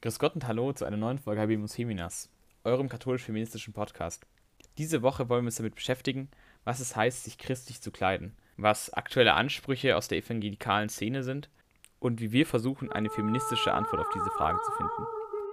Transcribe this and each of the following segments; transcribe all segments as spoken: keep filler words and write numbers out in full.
Grüß Gott und Hallo zu einer neuen Folge Habemus Feminas, eurem katholisch-feministischen Podcast. Diese Woche wollen wir uns damit beschäftigen, was es heißt, sich christlich zu kleiden, was aktuelle Ansprüche aus der evangelikalen Szene sind und wie wir versuchen, eine feministische Antwort auf diese Frage zu finden.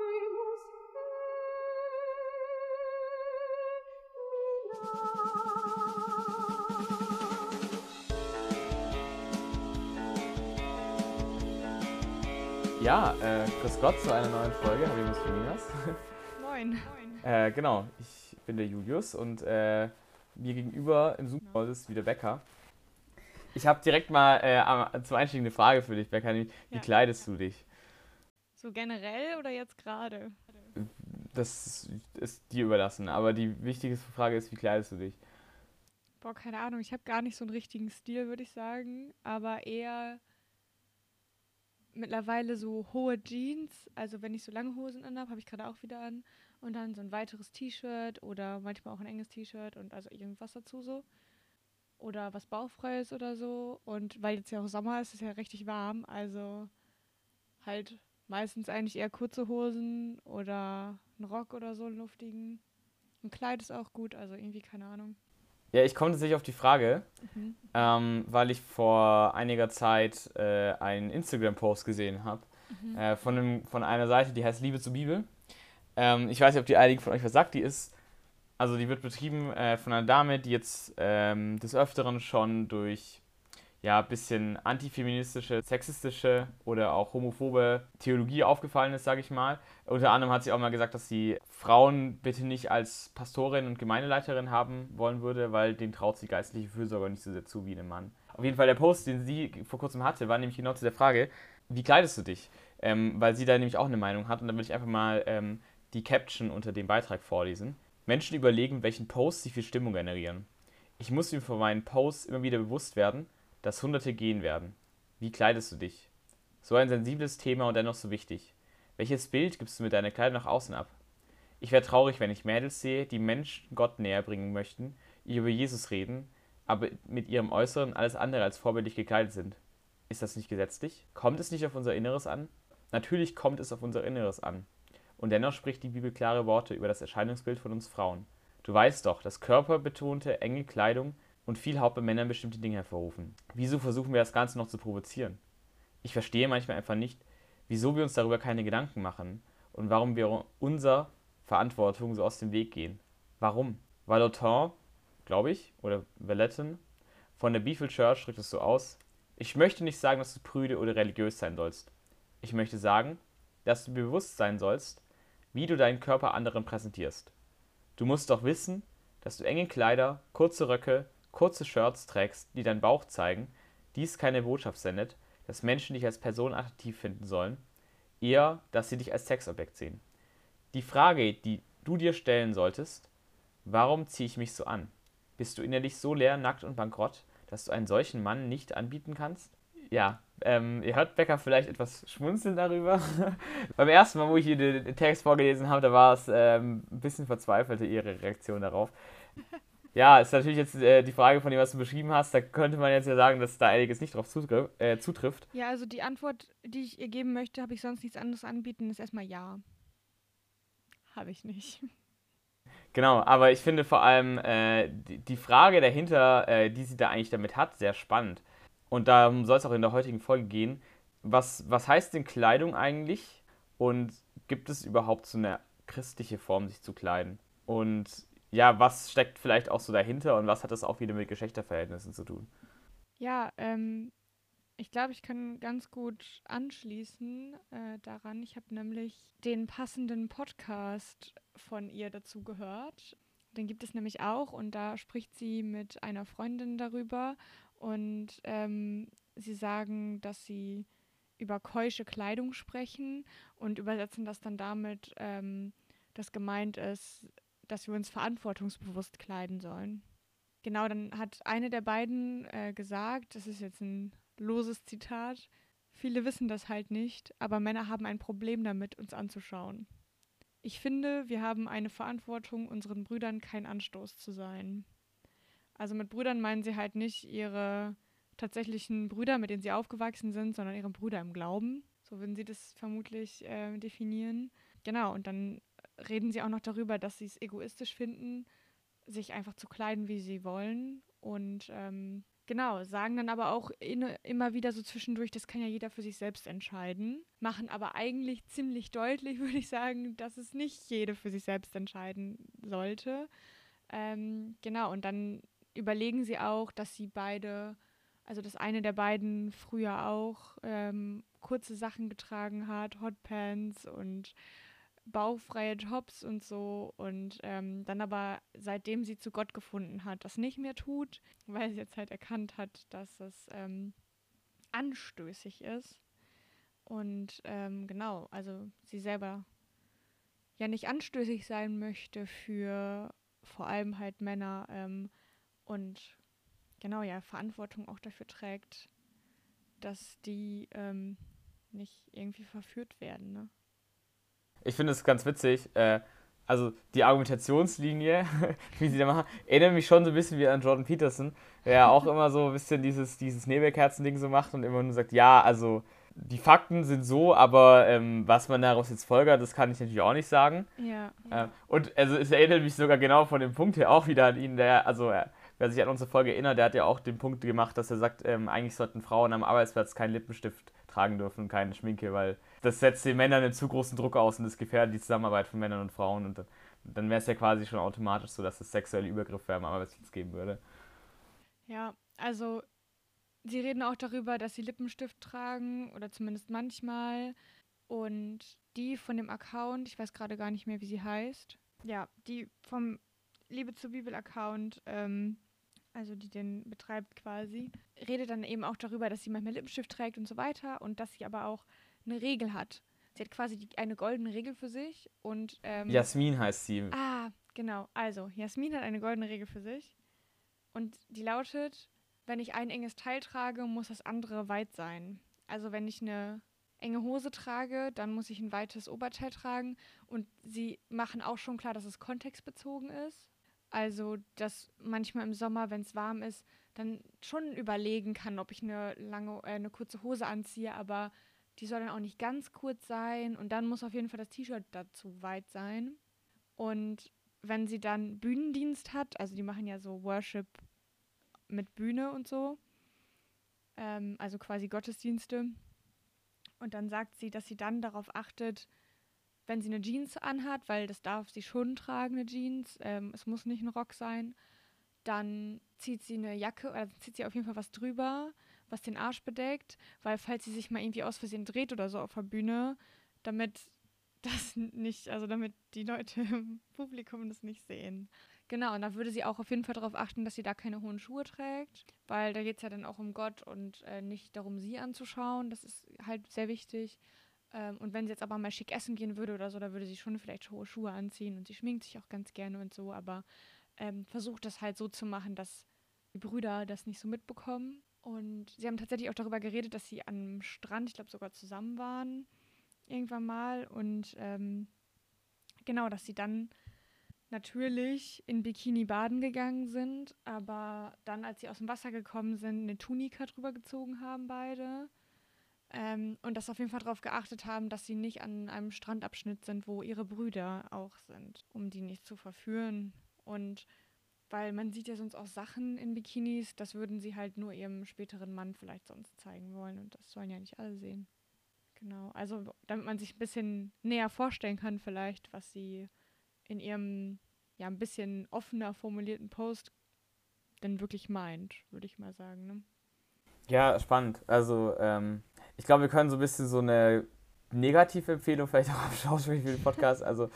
Ja, äh, grüß Gott zu einer neuen Folge Habemus Feminas. Moin. Äh, genau, ich bin der Julius und äh, mir gegenüber im Zoom-Call ist wieder Becca. Ich habe direkt mal äh, am- zum Einstieg eine Frage für dich, Becca, nämlich, wie Ja. kleidest du dich? So generell oder jetzt gerade? Das ist dir überlassen, aber die wichtigste Frage ist, wie kleidest du dich? Boah, keine Ahnung. Ich habe gar nicht so einen richtigen Stil, würde ich sagen. Aber eher mittlerweile so hohe Jeans. Also wenn ich so lange Hosen anhabe, habe ich gerade auch wieder an. Und dann so ein weiteres T-Shirt oder manchmal auch ein enges T-Shirt und also irgendwas dazu so. Oder was bauchfreies oder so. Und weil jetzt ja auch Sommer ist, ist es ja richtig warm. Also halt meistens eigentlich eher kurze Hosen oder einen Rock oder so, einen luftigen. Ein Kleid ist auch gut, also irgendwie keine Ahnung. Ja, ich komme tatsächlich auf die Frage, Mhm. ähm, weil ich vor einiger Zeit äh, einen Instagram-Post gesehen habe Mhm. äh, von, einem, von einer Seite, die heißt Liebe zur Bibel. Ähm, ich weiß nicht, ob die einigen von euch was sagt. Die ist, also die wird betrieben äh, von einer Dame, die jetzt ähm, des Öfteren schon durch ja, bisschen antifeministische, sexistische oder auch homophobe Theologie aufgefallen ist, sage ich mal. Unter anderem hat sie auch mal gesagt, dass sie Frauen bitte nicht als Pastorin und Gemeindeleiterin haben wollen würde, weil denen traut sie geistliche Fürsorge nicht so sehr zu wie einem Mann. Auf jeden Fall der Post, den sie vor kurzem hatte, war nämlich genau zu der Frage, wie kleidest du dich? Ähm, weil sie da nämlich auch eine Meinung hat und da will ich einfach mal ähm, die Caption unter dem Beitrag vorlesen. Menschen überlegen, welchen Post sie für Stimmung generieren. Ich muss mir von meinen Posts immer wieder bewusst werden, dass Hunderte gehen werden. Wie kleidest du dich? So ein sensibles Thema und dennoch so wichtig. Welches Bild gibst du mit deiner Kleidung nach außen ab? Ich wäre traurig, wenn ich Mädels sehe, die Menschen Gott näher bringen möchten, ihr über Jesus reden, aber mit ihrem Äußeren alles andere als vorbildlich gekleidet sind. Ist das nicht gesetzlich? Kommt es nicht auf unser Inneres an? Natürlich kommt es auf unser Inneres an. Und dennoch spricht die Bibel klare Worte über das Erscheinungsbild von uns Frauen. Du weißt doch, dass körperbetonte, enge Kleidung und viel Haut bei Männern bestimmte Dinge hervorrufen. Wieso versuchen wir das Ganze noch zu provozieren? Ich verstehe manchmal einfach nicht, wieso wir uns darüber keine Gedanken machen und warum wir unserer Verantwortung so aus dem Weg gehen. Warum? Vallotton, glaube ich, oder Valetten, von der Bethel Church drückt es so aus: Ich möchte nicht sagen, dass du prüde oder religiös sein sollst. Ich möchte sagen, dass du bewusst sein sollst, wie du deinen Körper anderen präsentierst. Du musst doch wissen, dass du enge Kleider, kurze Röcke, kurze Shirts trägst, die deinen Bauch zeigen, dies keine Botschaft sendet, dass Menschen dich als Person attraktiv finden sollen, eher, dass sie dich als Sexobjekt sehen. Die Frage, die du dir stellen solltest: Warum ziehe ich mich so an? Bist du innerlich so leer, nackt und bankrott, dass du einen solchen Mann nicht anbieten kannst? Ja, ähm, ihr hört Becker vielleicht etwas schmunzeln darüber. Beim ersten Mal, wo ich ihr den Text vorgelesen habe, da war es ähm, ein bisschen verzweifelte ihre Reaktion darauf. Ja, ist natürlich jetzt äh, die Frage von dem, was du beschrieben hast. Da könnte man jetzt ja sagen, dass da einiges nicht drauf zugriff, äh, zutrifft. Ja, also die Antwort, die ich ihr geben möchte, habe ich sonst nichts anderes anbieten, ist erstmal ja. Habe ich nicht. Genau, aber ich finde vor allem äh, die, die Frage dahinter, äh, die sie da eigentlich damit hat, sehr spannend. Und darum soll es auch in der heutigen Folge gehen. Was, was heißt denn Kleidung eigentlich? Und gibt es überhaupt so eine christliche Form, sich zu kleiden? Und ja, was steckt vielleicht auch so dahinter und was hat das auch wieder mit Geschlechterverhältnissen zu tun? Ja, ähm, ich glaube, ich kann ganz gut anschließen äh, daran. Ich habe nämlich den passenden Podcast von ihr dazu gehört. Den gibt es nämlich auch und da spricht sie mit einer Freundin darüber und ähm, sie sagen, dass sie über keusche Kleidung sprechen und übersetzen das dann damit, ähm, dass gemeint ist, dass wir uns verantwortungsbewusst kleiden sollen. Genau, dann hat eine der beiden äh, gesagt, das ist jetzt ein loses Zitat, viele wissen das halt nicht, aber Männer haben ein Problem damit, uns anzuschauen. Ich finde, wir haben eine Verantwortung, unseren Brüdern kein Anstoß zu sein. Also mit Brüdern meinen sie halt nicht ihre tatsächlichen Brüder, mit denen sie aufgewachsen sind, sondern ihre Brüder im Glauben. So würden sie das vermutlich äh, definieren. Genau, und dann reden sie auch noch darüber, dass sie es egoistisch finden, sich einfach zu kleiden, wie sie wollen. Und ähm, genau, sagen dann aber auch in, immer wieder so zwischendurch, das kann ja jeder für sich selbst entscheiden. Machen aber eigentlich ziemlich deutlich, würde ich sagen, dass es nicht jede für sich selbst entscheiden sollte. Ähm, genau, und dann überlegen sie auch, dass sie beide, also dass eine der beiden früher auch ähm, kurze Sachen getragen hat, Hotpants und bauchfreie Tops und so und ähm, dann aber, seitdem sie zu Gott gefunden hat, das nicht mehr tut, weil sie jetzt halt erkannt hat, dass es ähm, anstößig ist und ähm, genau, also sie selber ja nicht anstößig sein möchte für vor allem halt Männer ähm, und genau, ja, Verantwortung auch dafür trägt, dass die ähm, nicht irgendwie verführt werden, ne? Ich finde es ganz witzig, äh, also die Argumentationslinie, wie sie da machen, erinnert mich schon so ein bisschen wie an Jordan Peterson, der ja auch immer so ein bisschen dieses, dieses Nebelkerzen-Ding so macht und immer nur sagt, ja, also die Fakten sind so, aber ähm, was man daraus jetzt folgert, das kann ich natürlich auch nicht sagen. Ja, Äh, ja. und also es erinnert mich sogar genau von dem Punkt her auch wieder an ihn, der, also äh, wer sich an unsere Folge erinnert, der hat ja auch den Punkt gemacht, dass er sagt, ähm, eigentlich sollten Frauen am Arbeitsplatz keinen Lippenstift tragen dürfen, keine Schminke, weil das setzt den Männern einen zu großen Druck aus und das gefährdet die Zusammenarbeit von Männern und Frauen und dann, dann wäre es ja quasi schon automatisch so, dass es sexuelle Übergriffe am Arbeitsplatz geben würde. Ja, also sie reden auch darüber, dass sie Lippenstift tragen oder zumindest manchmal. Und die von dem Account, ich weiß gerade gar nicht mehr, wie sie heißt. Ja, die vom Liebe zur Bibel-Account, ähm, also die den betreibt quasi, redet dann eben auch darüber, dass sie manchmal Lippenstift trägt und so weiter und dass sie aber auch eine Regel hat. Sie hat quasi die, eine goldene Regel für sich und ähm, Jasmin heißt sie. ah, genau. Also, Jasmin hat eine goldene Regel für sich und die lautet, wenn ich ein enges Teil trage, muss das andere weit sein. Also wenn ich eine enge Hose trage, dann muss ich ein weites Oberteil tragen. Und sie machen auch schon klar, dass es kontextbezogen ist. Also, dass manchmal im Sommer, wenn es warm ist, dann schon überlegen kann, ob ich eine lange, äh, eine kurze Hose anziehe, aber die soll dann auch nicht ganz kurz sein. Und dann muss auf jeden Fall das T-Shirt dazu weit sein. Und wenn sie dann Bühnendienst hat, also die machen ja so Worship mit Bühne und so, ähm, also quasi Gottesdienste. Und dann sagt sie, dass sie dann darauf achtet, wenn sie eine Jeans anhat, weil das darf sie schon tragen, eine Jeans, ähm, es muss nicht ein Rock sein, dann zieht sie eine Jacke, oder zieht sie auf jeden Fall was drüber, was den Arsch bedeckt, weil falls sie sich mal irgendwie aus Versehen dreht oder so auf der Bühne, damit das nicht, also damit die Leute im Publikum das nicht sehen. Genau, und da würde sie auch auf jeden Fall darauf achten, dass sie da keine hohen Schuhe trägt, weil da geht es ja dann auch um Gott und äh, nicht darum, sie anzuschauen. Das ist halt sehr wichtig. Ähm, und wenn sie jetzt aber mal schick essen gehen würde oder so, da würde sie schon vielleicht hohe Schuhe anziehen und sie schminkt sich auch ganz gerne und so, aber ähm, versucht das halt so zu machen, dass die Brüder das nicht so mitbekommen. Und sie haben tatsächlich auch darüber geredet, dass sie am Strand, ich glaube sogar zusammen waren, irgendwann mal. Und ähm, genau, dass sie dann natürlich in Bikini baden gegangen sind, aber dann, als sie aus dem Wasser gekommen sind, eine Tunika drüber gezogen haben beide. Ähm, und dass auf jeden Fall darauf geachtet haben, dass sie nicht an einem Strandabschnitt sind, wo ihre Brüder auch sind, um die nicht zu verführen. Und weil man sieht ja sonst auch Sachen in Bikinis, das würden sie halt nur ihrem späteren Mann vielleicht sonst zeigen wollen. Und das sollen ja nicht alle sehen. Genau, also damit man sich ein bisschen näher vorstellen kann vielleicht, was sie in ihrem ja ein bisschen offener formulierten Post denn wirklich meint, würde ich mal sagen. Ne? Ja, spannend. Also, ähm, ich glaube, wir können so ein bisschen so eine Negativempfehlung vielleicht auch abschauen für den Podcast. Also,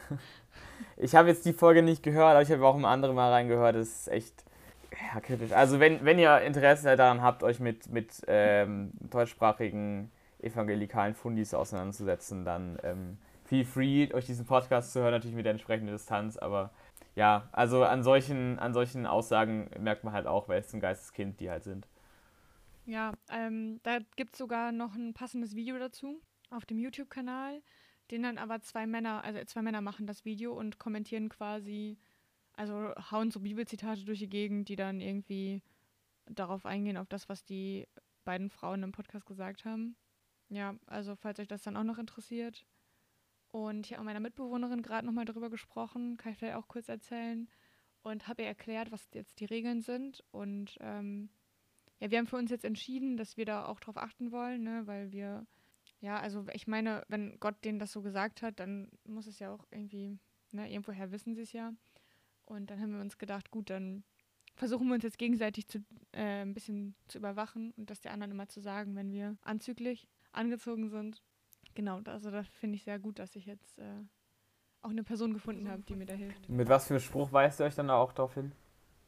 ich habe jetzt die Folge nicht gehört, aber ich habe auch ein andere Mal reingehört. Das ist echt ja, kritisch. Also, wenn, wenn ihr Interesse daran habt, euch mit, mit ähm, deutschsprachigen evangelikalen Fundis auseinanderzusetzen, dann ähm, feel free, euch diesen Podcast zu hören, natürlich mit der entsprechenden Distanz. Aber ja, also an solchen, an solchen Aussagen merkt man halt auch, welches ein Geisteskind die halt sind. Ja, ähm, da gibt es sogar noch ein passendes Video dazu auf dem YouTube-Kanal, den dann aber zwei Männer, also zwei Männer machen das Video und kommentieren quasi, also hauen so Bibelzitate durch die Gegend, die dann irgendwie darauf eingehen, auf das, was die beiden Frauen im Podcast gesagt haben. Ja, also falls euch das dann auch noch interessiert. Und ich habe mit meiner Mitbewohnerin gerade nochmal darüber gesprochen, kann ich vielleicht auch kurz erzählen. Und habe ihr erklärt, was jetzt die Regeln sind. Und ähm, ja, wir haben für uns jetzt entschieden, dass wir da auch drauf achten wollen, ne? Weil wir, ja, also ich meine, wenn Gott denen das so gesagt hat, dann muss es ja auch irgendwie, ne, irgendwoher wissen sie es ja. Und dann haben wir uns gedacht, gut, dann versuchen wir uns jetzt gegenseitig zu, äh, ein bisschen zu überwachen und das der anderen immer zu sagen, wenn wir anzüglich angezogen sind. Genau, also das finde ich sehr gut, dass ich jetzt äh, auch eine Person gefunden habe, die mir da hilft. Mit was für einem Spruch weist ihr euch dann da auch drauf hin?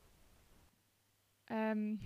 Ähm,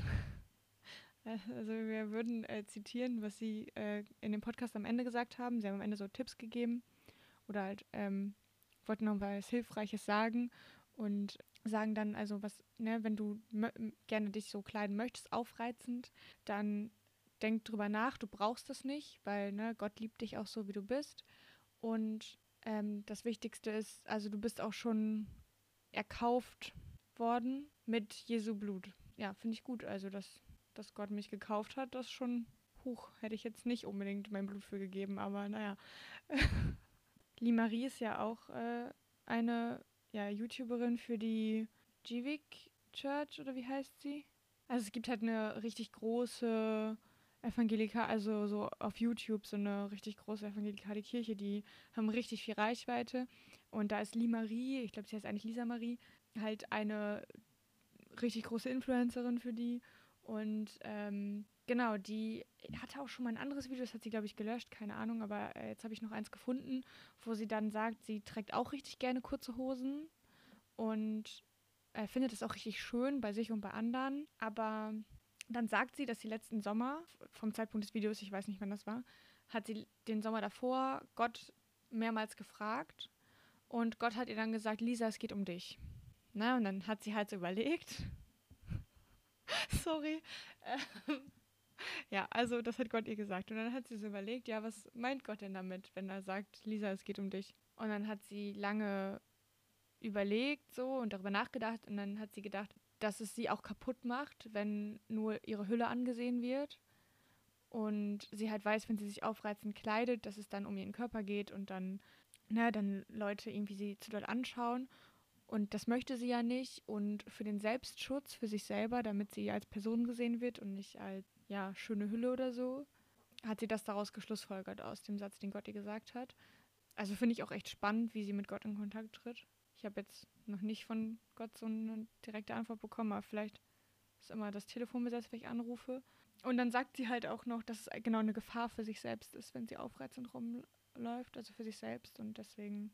also wir würden äh, zitieren, was sie äh, in dem Podcast am Ende gesagt haben. Sie haben am Ende so Tipps gegeben oder halt ähm, wollten noch was Hilfreiches sagen und sagen dann also was, ne, wenn du mö- gerne dich so kleiden möchtest, aufreizend, dann denk drüber nach, du brauchst es nicht, weil ne, Gott liebt dich auch so, wie du bist. Und ähm, das Wichtigste ist, also du bist auch schon erkauft worden mit Jesu Blut. Ja, finde ich gut. Also, dass, dass Gott mich gekauft hat, das schon hoch. Hätte ich jetzt nicht unbedingt mein Blut für gegeben, aber naja. Lee-Marie ist ja auch äh, eine ja, YouTuberin für die Jivik Church, oder wie heißt sie? Also es gibt halt eine richtig große Evangelika, also so auf YouTube so eine richtig große evangelikale Kirche, die haben richtig viel Reichweite. Und da ist Lee-Marie, ich glaube, sie heißt eigentlich Lisa Marie, halt eine richtig große Influencerin für die. Und ähm, genau, die hatte auch schon mal ein anderes Video, das hat sie, glaube ich, gelöscht, keine Ahnung, aber äh, jetzt habe ich noch eins gefunden, wo sie dann sagt, sie trägt auch richtig gerne kurze Hosen und äh, findet es auch richtig schön bei sich und bei anderen. Aber dann sagt sie, dass sie letzten Sommer, vom Zeitpunkt des Videos, ich weiß nicht, wann das war, hat sie den Sommer davor Gott mehrmals gefragt und Gott hat ihr dann gesagt, Lisa, es geht um dich. Na, und dann hat sie halt so überlegt. Sorry. Ähm, ja, also das hat Gott ihr gesagt. Und dann hat sie so überlegt, ja, was meint Gott denn damit, wenn er sagt, Lisa, es geht um dich? Und dann hat sie lange überlegt so und darüber nachgedacht und dann hat sie gedacht, dass es sie auch kaputt macht, wenn nur ihre Hülle angesehen wird. Und sie halt weiß, wenn sie sich aufreizend kleidet, dass es dann um ihren Körper geht und dann, ne, dann Leute irgendwie sie zu doll anschauen. Und das möchte sie ja nicht. Und für den Selbstschutz, für sich selber, damit sie als Person gesehen wird und nicht als, ja, schöne Hülle oder so, hat sie das daraus geschlussfolgert aus dem Satz, den Gott ihr gesagt hat. Also finde ich auch echt spannend, wie sie mit Gott in Kontakt tritt. Ich habe jetzt noch nicht von Gott so eine direkte Antwort bekommen, aber vielleicht ist immer das Telefon besetzt, wenn ich anrufe. Und dann sagt sie halt auch noch, dass es genau eine Gefahr für sich selbst ist, wenn sie aufreizend rumläuft, also für sich selbst. Und deswegen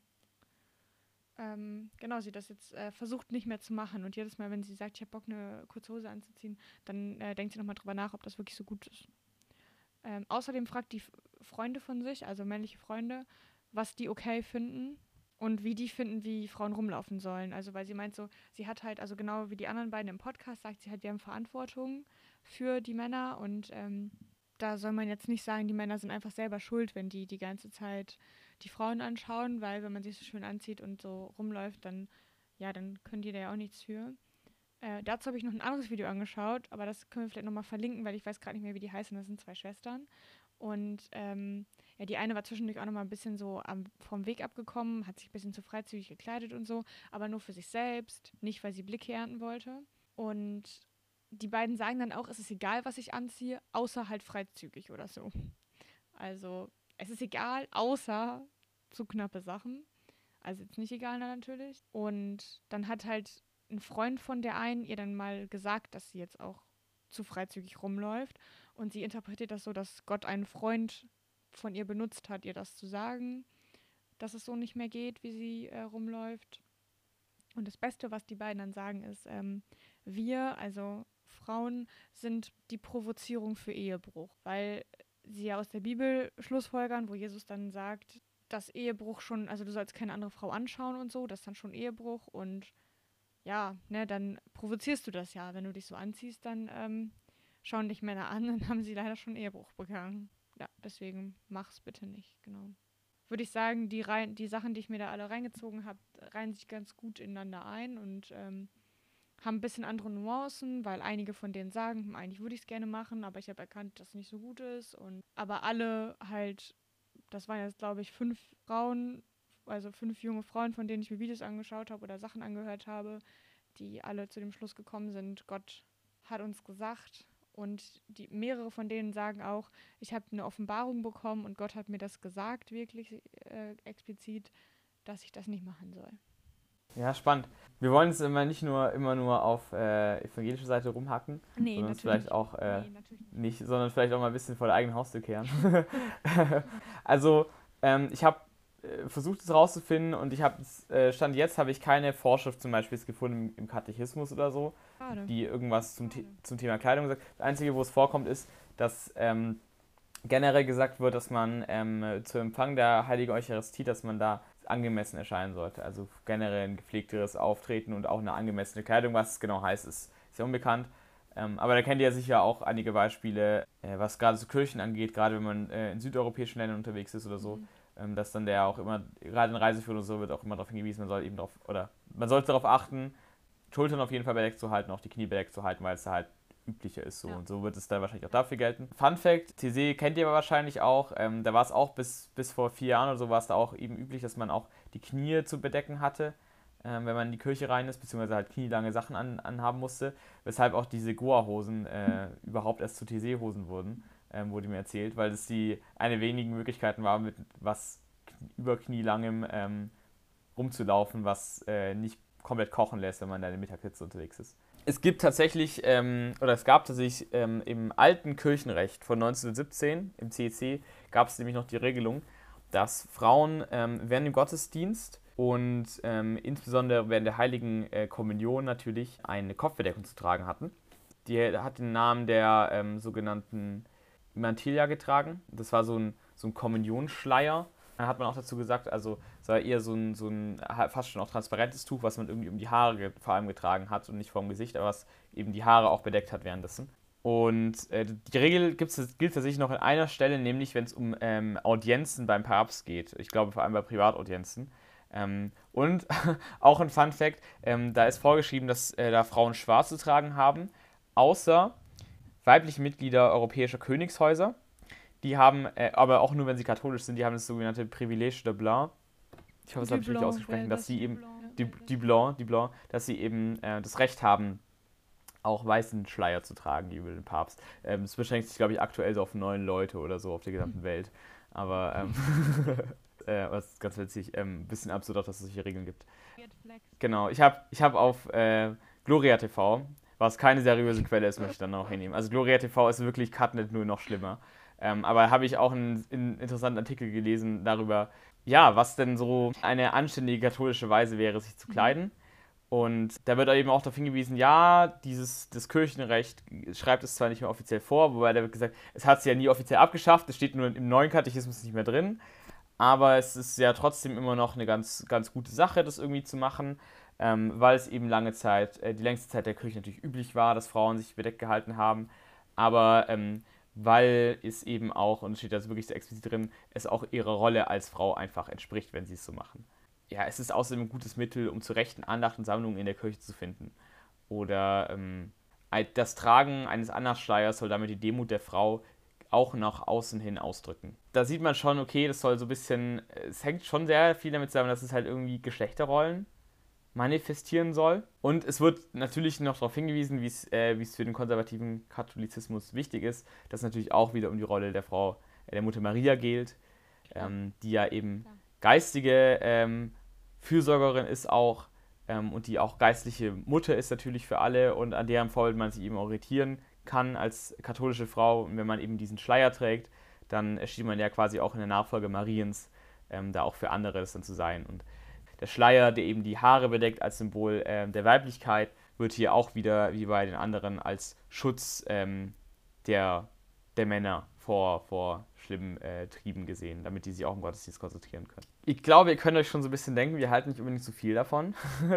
ähm, genau, sie das jetzt äh, versucht nicht mehr zu machen. Und jedes Mal, wenn sie sagt, ich habe Bock, eine kurze Hose anzuziehen, dann äh, denkt sie nochmal drüber nach, ob das wirklich so gut ist. Ähm, außerdem fragt die F- Freunde von sich, also männliche Freunde, was die okay finden und wie die finden, wie Frauen rumlaufen sollen. Also weil sie meint so, sie hat halt, also genau wie die anderen beiden im Podcast, sagt sie halt, wir haben Verantwortung für die Männer und ähm, da soll man jetzt nicht sagen, die Männer sind einfach selber schuld, wenn die die ganze Zeit die Frauen anschauen, weil wenn man sich so schön anzieht und so rumläuft, dann, ja, dann können die da ja auch nichts für. Äh, dazu habe ich noch ein anderes Video angeschaut, aber das können wir vielleicht nochmal verlinken, weil ich weiß gerade nicht mehr, wie die heißen. Das sind zwei Schwestern. Und ähm, ja, die eine war zwischendurch auch nochmal ein bisschen so am, vom Weg abgekommen, hat sich ein bisschen zu freizügig gekleidet und so, aber nur für sich selbst, nicht weil sie Blicke ernten wollte. Und die beiden sagen dann auch, es ist egal, was ich anziehe, außer halt freizügig oder so. Also es ist egal, außer zu knappe Sachen. Also jetzt nicht egal natürlich. Und dann hat halt ein Freund von der einen ihr dann mal gesagt, dass sie jetzt auch zu freizügig rumläuft. Und sie interpretiert das so, dass Gott einen Freund von ihr benutzt hat, ihr das zu sagen, dass es so nicht mehr geht, wie sie äh, rumläuft. Und das Beste, was die beiden dann sagen, ist, ähm, wir, also Frauen, sind die Provozierung für Ehebruch, weil sie ja aus der Bibel schlussfolgern, wo Jesus dann sagt, dass Ehebruch schon, also du sollst keine andere Frau anschauen und so, das ist dann schon Ehebruch und ja, ne, dann provozierst du das ja. Wenn du dich so anziehst, dann ähm, schauen dich Männer an, dann haben sie leider schon Ehebruch begangen. Ja, deswegen mach's bitte nicht, genau. Würde ich sagen, die, rein, die Sachen, die ich mir da alle reingezogen habe, reihen sich ganz gut ineinander ein und ähm, haben ein bisschen andere Nuancen, weil einige von denen sagen, hm, eigentlich würde ich es gerne machen, aber ich habe erkannt, dass es nicht so gut ist. Und aber alle halt, das waren jetzt, glaube ich, fünf Frauen, also fünf junge Frauen, von denen ich mir Videos angeschaut habe oder Sachen angehört habe, die alle zu dem Schluss gekommen sind, Gott hat uns gesagt. Und die, mehrere von denen sagen auch, ich habe eine Offenbarung bekommen und Gott hat mir das gesagt, wirklich äh, explizit, dass ich das nicht machen soll. Ja, spannend. Wir wollen es immer nicht nur immer nur auf äh, evangelische Seite rumhacken, Nee, sondern es natürlich vielleicht auch äh, Nee, natürlich nicht. nicht, sondern vielleicht auch mal ein bisschen vor der eigenen Haustür kehren. Also, ähm, ich habe äh, versucht es rauszufinden und ich habe äh, Stand jetzt habe ich keine Vorschrift zum Beispiel gefunden im, im Katechismus oder so, Schade. die irgendwas zum, The Schade. zum Thema Kleidung sagt. Das Einzige, wo es vorkommt, ist, dass ähm, generell gesagt wird, dass man ähm, zu Empfang der Heiligen Eucharistie, dass man da angemessen erscheinen sollte. Also generell ein gepflegteres Auftreten und auch eine angemessene Kleidung. Was es genau heißt, ist sehr unbekannt. Ähm, aber da kennt ihr sicher auch einige Beispiele, äh, was gerade so Kirchen angeht, gerade wenn man äh, in südeuropäischen Ländern unterwegs ist oder so, Mhm. ähm, dass dann der auch immer, gerade in Reiseführern oder so, wird auch immer darauf hingewiesen, man soll eben darauf, oder man sollte darauf achten, Schultern auf jeden Fall bedeckt zu halten, auch die Knie bedeckt zu halten, weil es da halt üblicher ist so. Ja. Und so wird es dann wahrscheinlich auch dafür gelten. Fun Fact, T C kennt ihr aber wahrscheinlich auch. Ähm, da war es auch bis, bis vor vier Jahren oder so, war es da auch eben üblich, dass man auch die Knie zu bedecken hatte, ähm, wenn man in die Kirche rein ist, beziehungsweise halt knielange Sachen an, anhaben musste. Weshalb auch diese Goa-Hosen äh, überhaupt erst zu T C-Hosen wurden, ähm, wurde mir erzählt, weil es die eine wenigen Möglichkeiten war, mit was über knielangem ähm, rumzulaufen, was äh, nicht komplett kochen lässt, wenn man da in der Mittagshitze unterwegs ist. Es gibt tatsächlich, ähm, oder es gab tatsächlich ähm, im alten Kirchenrecht von neunzehnhundertsiebzehn, im C E C, gab es nämlich noch die Regelung, dass Frauen ähm, während dem Gottesdienst und ähm, insbesondere während der Heiligen äh, Kommunion natürlich eine Kopfbedeckung zu tragen hatten. Die hat den Namen der ähm, sogenannten Mantilla getragen. Das war so ein, so ein Kommunionsschleier. Da hat man auch dazu gesagt, also es war eher so ein, so ein fast schon auch transparentes Tuch, was man irgendwie um die Haare vor allem getragen hat und nicht vorm Gesicht, aber was eben die Haare auch bedeckt hat währenddessen. Und äh, die Regel gibt's, gilt tatsächlich noch an einer Stelle, nämlich wenn es um ähm, Audienzen beim Papst geht. Ich glaube vor allem bei Privataudienzen. Ähm, und auch ein Fun Fact, ähm, da ist vorgeschrieben, dass äh, da Frauen schwarz zu tragen haben, außer weibliche Mitglieder europäischer Königshäuser. Die haben, äh, aber auch nur wenn sie katholisch sind, die haben das sogenannte Privilège de Blanc. Ich hoffe, das habe ich richtig ausgesprochen, dass sie eben, die, die Blanc, die Blanc, dass sie eben äh, das Recht haben, auch weißen Schleier zu tragen über den Papst. Ähm, das beschränkt sich, glaube ich, aktuell so auf neun Leute oder so auf der gesamten Welt. Aber, ähm, äh, was ist ganz witzig, ein ähm, bisschen absurd auch, dass es solche Regeln gibt. Genau, ich habe ich hab auf äh, Gloria T V, was keine seriöse Quelle ist, möchte ich dann auch hinnehmen. Also Gloria T V ist wirklich Cutnet nur noch schlimmer. Ähm, aber habe ich auch einen, einen interessanten Artikel gelesen darüber, ja, was denn so eine anständige katholische Weise wäre, sich zu kleiden. Und da wird eben auch darauf hingewiesen, ja, dieses, das Kirchenrecht schreibt es zwar nicht mehr offiziell vor, wobei da wird gesagt, es hat es ja nie offiziell abgeschafft, es steht nur im neuen Katechismus nicht mehr drin, aber es ist ja trotzdem immer noch eine ganz, ganz gute Sache, das irgendwie zu machen, ähm, weil es eben lange Zeit, äh, die längste Zeit der Kirche natürlich üblich war, dass Frauen sich bedeckt gehalten haben, aber ähm, weil es eben auch, und es steht da wirklich so explizit drin, es auch ihrer Rolle als Frau einfach entspricht, wenn sie es so machen. Ja, es ist außerdem ein gutes Mittel, um zu rechten Andacht und Sammlungen in der Kirche zu finden. Oder ähm, das Tragen eines Andachtschleiers soll damit die Demut der Frau auch nach außen hin ausdrücken. Da sieht man schon, okay, das soll so ein bisschen, es hängt schon sehr viel damit zusammen, dass es halt irgendwie Geschlechterrollen manifestieren soll. Und es wird natürlich noch darauf hingewiesen, wie es äh, wie es für den konservativen Katholizismus wichtig ist, dass natürlich auch wieder um die Rolle der Frau, äh, der Mutter Maria geht, ähm, die ja eben geistige ähm, Fürsorgerin ist auch ähm, und die auch geistliche Mutter ist natürlich für alle und an deren Vorbild man sich eben orientieren kann als katholische Frau. Und wenn man eben diesen Schleier trägt, dann steht man ja quasi auch in der Nachfolge Mariens, ähm, da auch für andere das dann zu sein. Und der Schleier, der eben die Haare bedeckt als Symbol äh, der Weiblichkeit, wird hier auch wieder, wie bei den anderen, als Schutz ähm, der, der Männer vor, vor schlimmen äh, Trieben gesehen, damit die sich auch im Gottesdienst konzentrieren können. Ich glaube, ihr könnt euch schon so ein bisschen denken, wir halten nicht unbedingt so viel davon,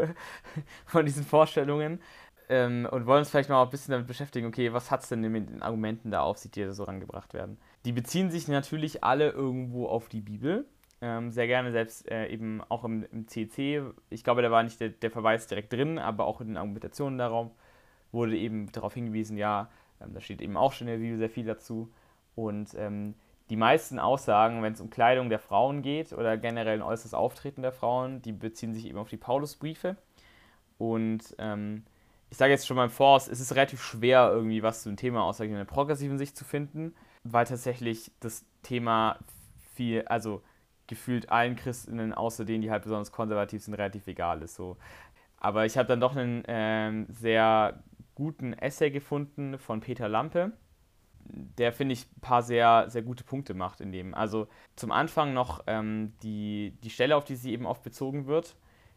von diesen Vorstellungen, ähm, und wollen uns vielleicht mal ein bisschen damit beschäftigen, okay, was hat es denn mit den Argumenten da auf sich, die da so rangebracht werden. Die beziehen sich natürlich alle irgendwo auf die Bibel, ähm, sehr gerne, selbst äh, eben auch im, im C C. Ich glaube, da war nicht der, der Verweis direkt drin, aber auch in den Argumentationen darauf wurde eben darauf hingewiesen, ja, ähm, da steht eben auch schon in der Bibel sehr viel dazu. Und ähm, die meisten Aussagen, wenn es um Kleidung der Frauen geht oder generell ein äußeres Auftreten der Frauen, die beziehen sich eben auf die Paulusbriefe. Und ähm, ich sage jetzt schon mal im Voraus, es ist relativ schwer, irgendwie was zu dem Thema aus einer progressiven Sicht zu finden, weil tatsächlich das Thema viel, also gefühlt allen Christinnen, außer denen, die halt besonders konservativ sind, relativ egal ist. So. Aber ich habe dann doch einen ähm, sehr guten Essay gefunden von Peter Lampe, der, finde ich, ein paar sehr, sehr gute Punkte macht in dem. Also zum Anfang noch ähm, die, die Stelle, auf die sie eben oft bezogen wird,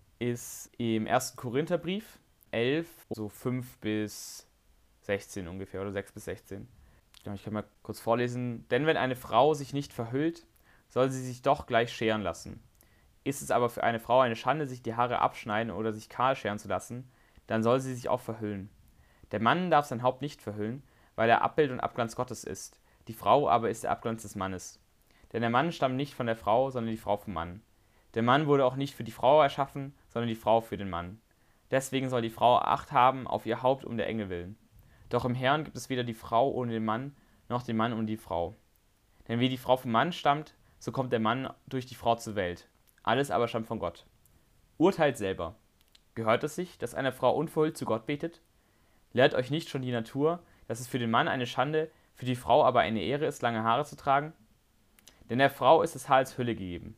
ist im ersten Korintherbrief elf, so fünf bis sechzehn ungefähr, oder sechs bis sechzehn. Ich kann mal kurz vorlesen. Denn wenn eine Frau sich nicht verhüllt, soll sie sich doch gleich scheren lassen. Ist es aber für eine Frau eine Schande, sich die Haare abschneiden oder sich kahl scheren zu lassen, dann soll sie sich auch verhüllen. Der Mann darf sein Haupt nicht verhüllen, weil er Abbild und Abglanz Gottes ist. Die Frau aber ist der Abglanz des Mannes. Denn der Mann stammt nicht von der Frau, sondern die Frau vom Mann. Der Mann wurde auch nicht für die Frau erschaffen, sondern die Frau für den Mann. Deswegen soll die Frau Acht haben auf ihr Haupt um der Engel willen. Doch im Herrn gibt es weder die Frau ohne den Mann, noch den Mann ohne die Frau. Denn wie die Frau vom Mann stammt, so kommt der Mann durch die Frau zur Welt. Alles aber stammt von Gott. Urteilt selber. Gehört es sich, dass eine Frau unverhüllt zu Gott betet? Lehrt euch nicht schon die Natur, dass es für den Mann eine Schande, für die Frau aber eine Ehre ist, lange Haare zu tragen? Denn der Frau ist das Haar als Hülle gegeben.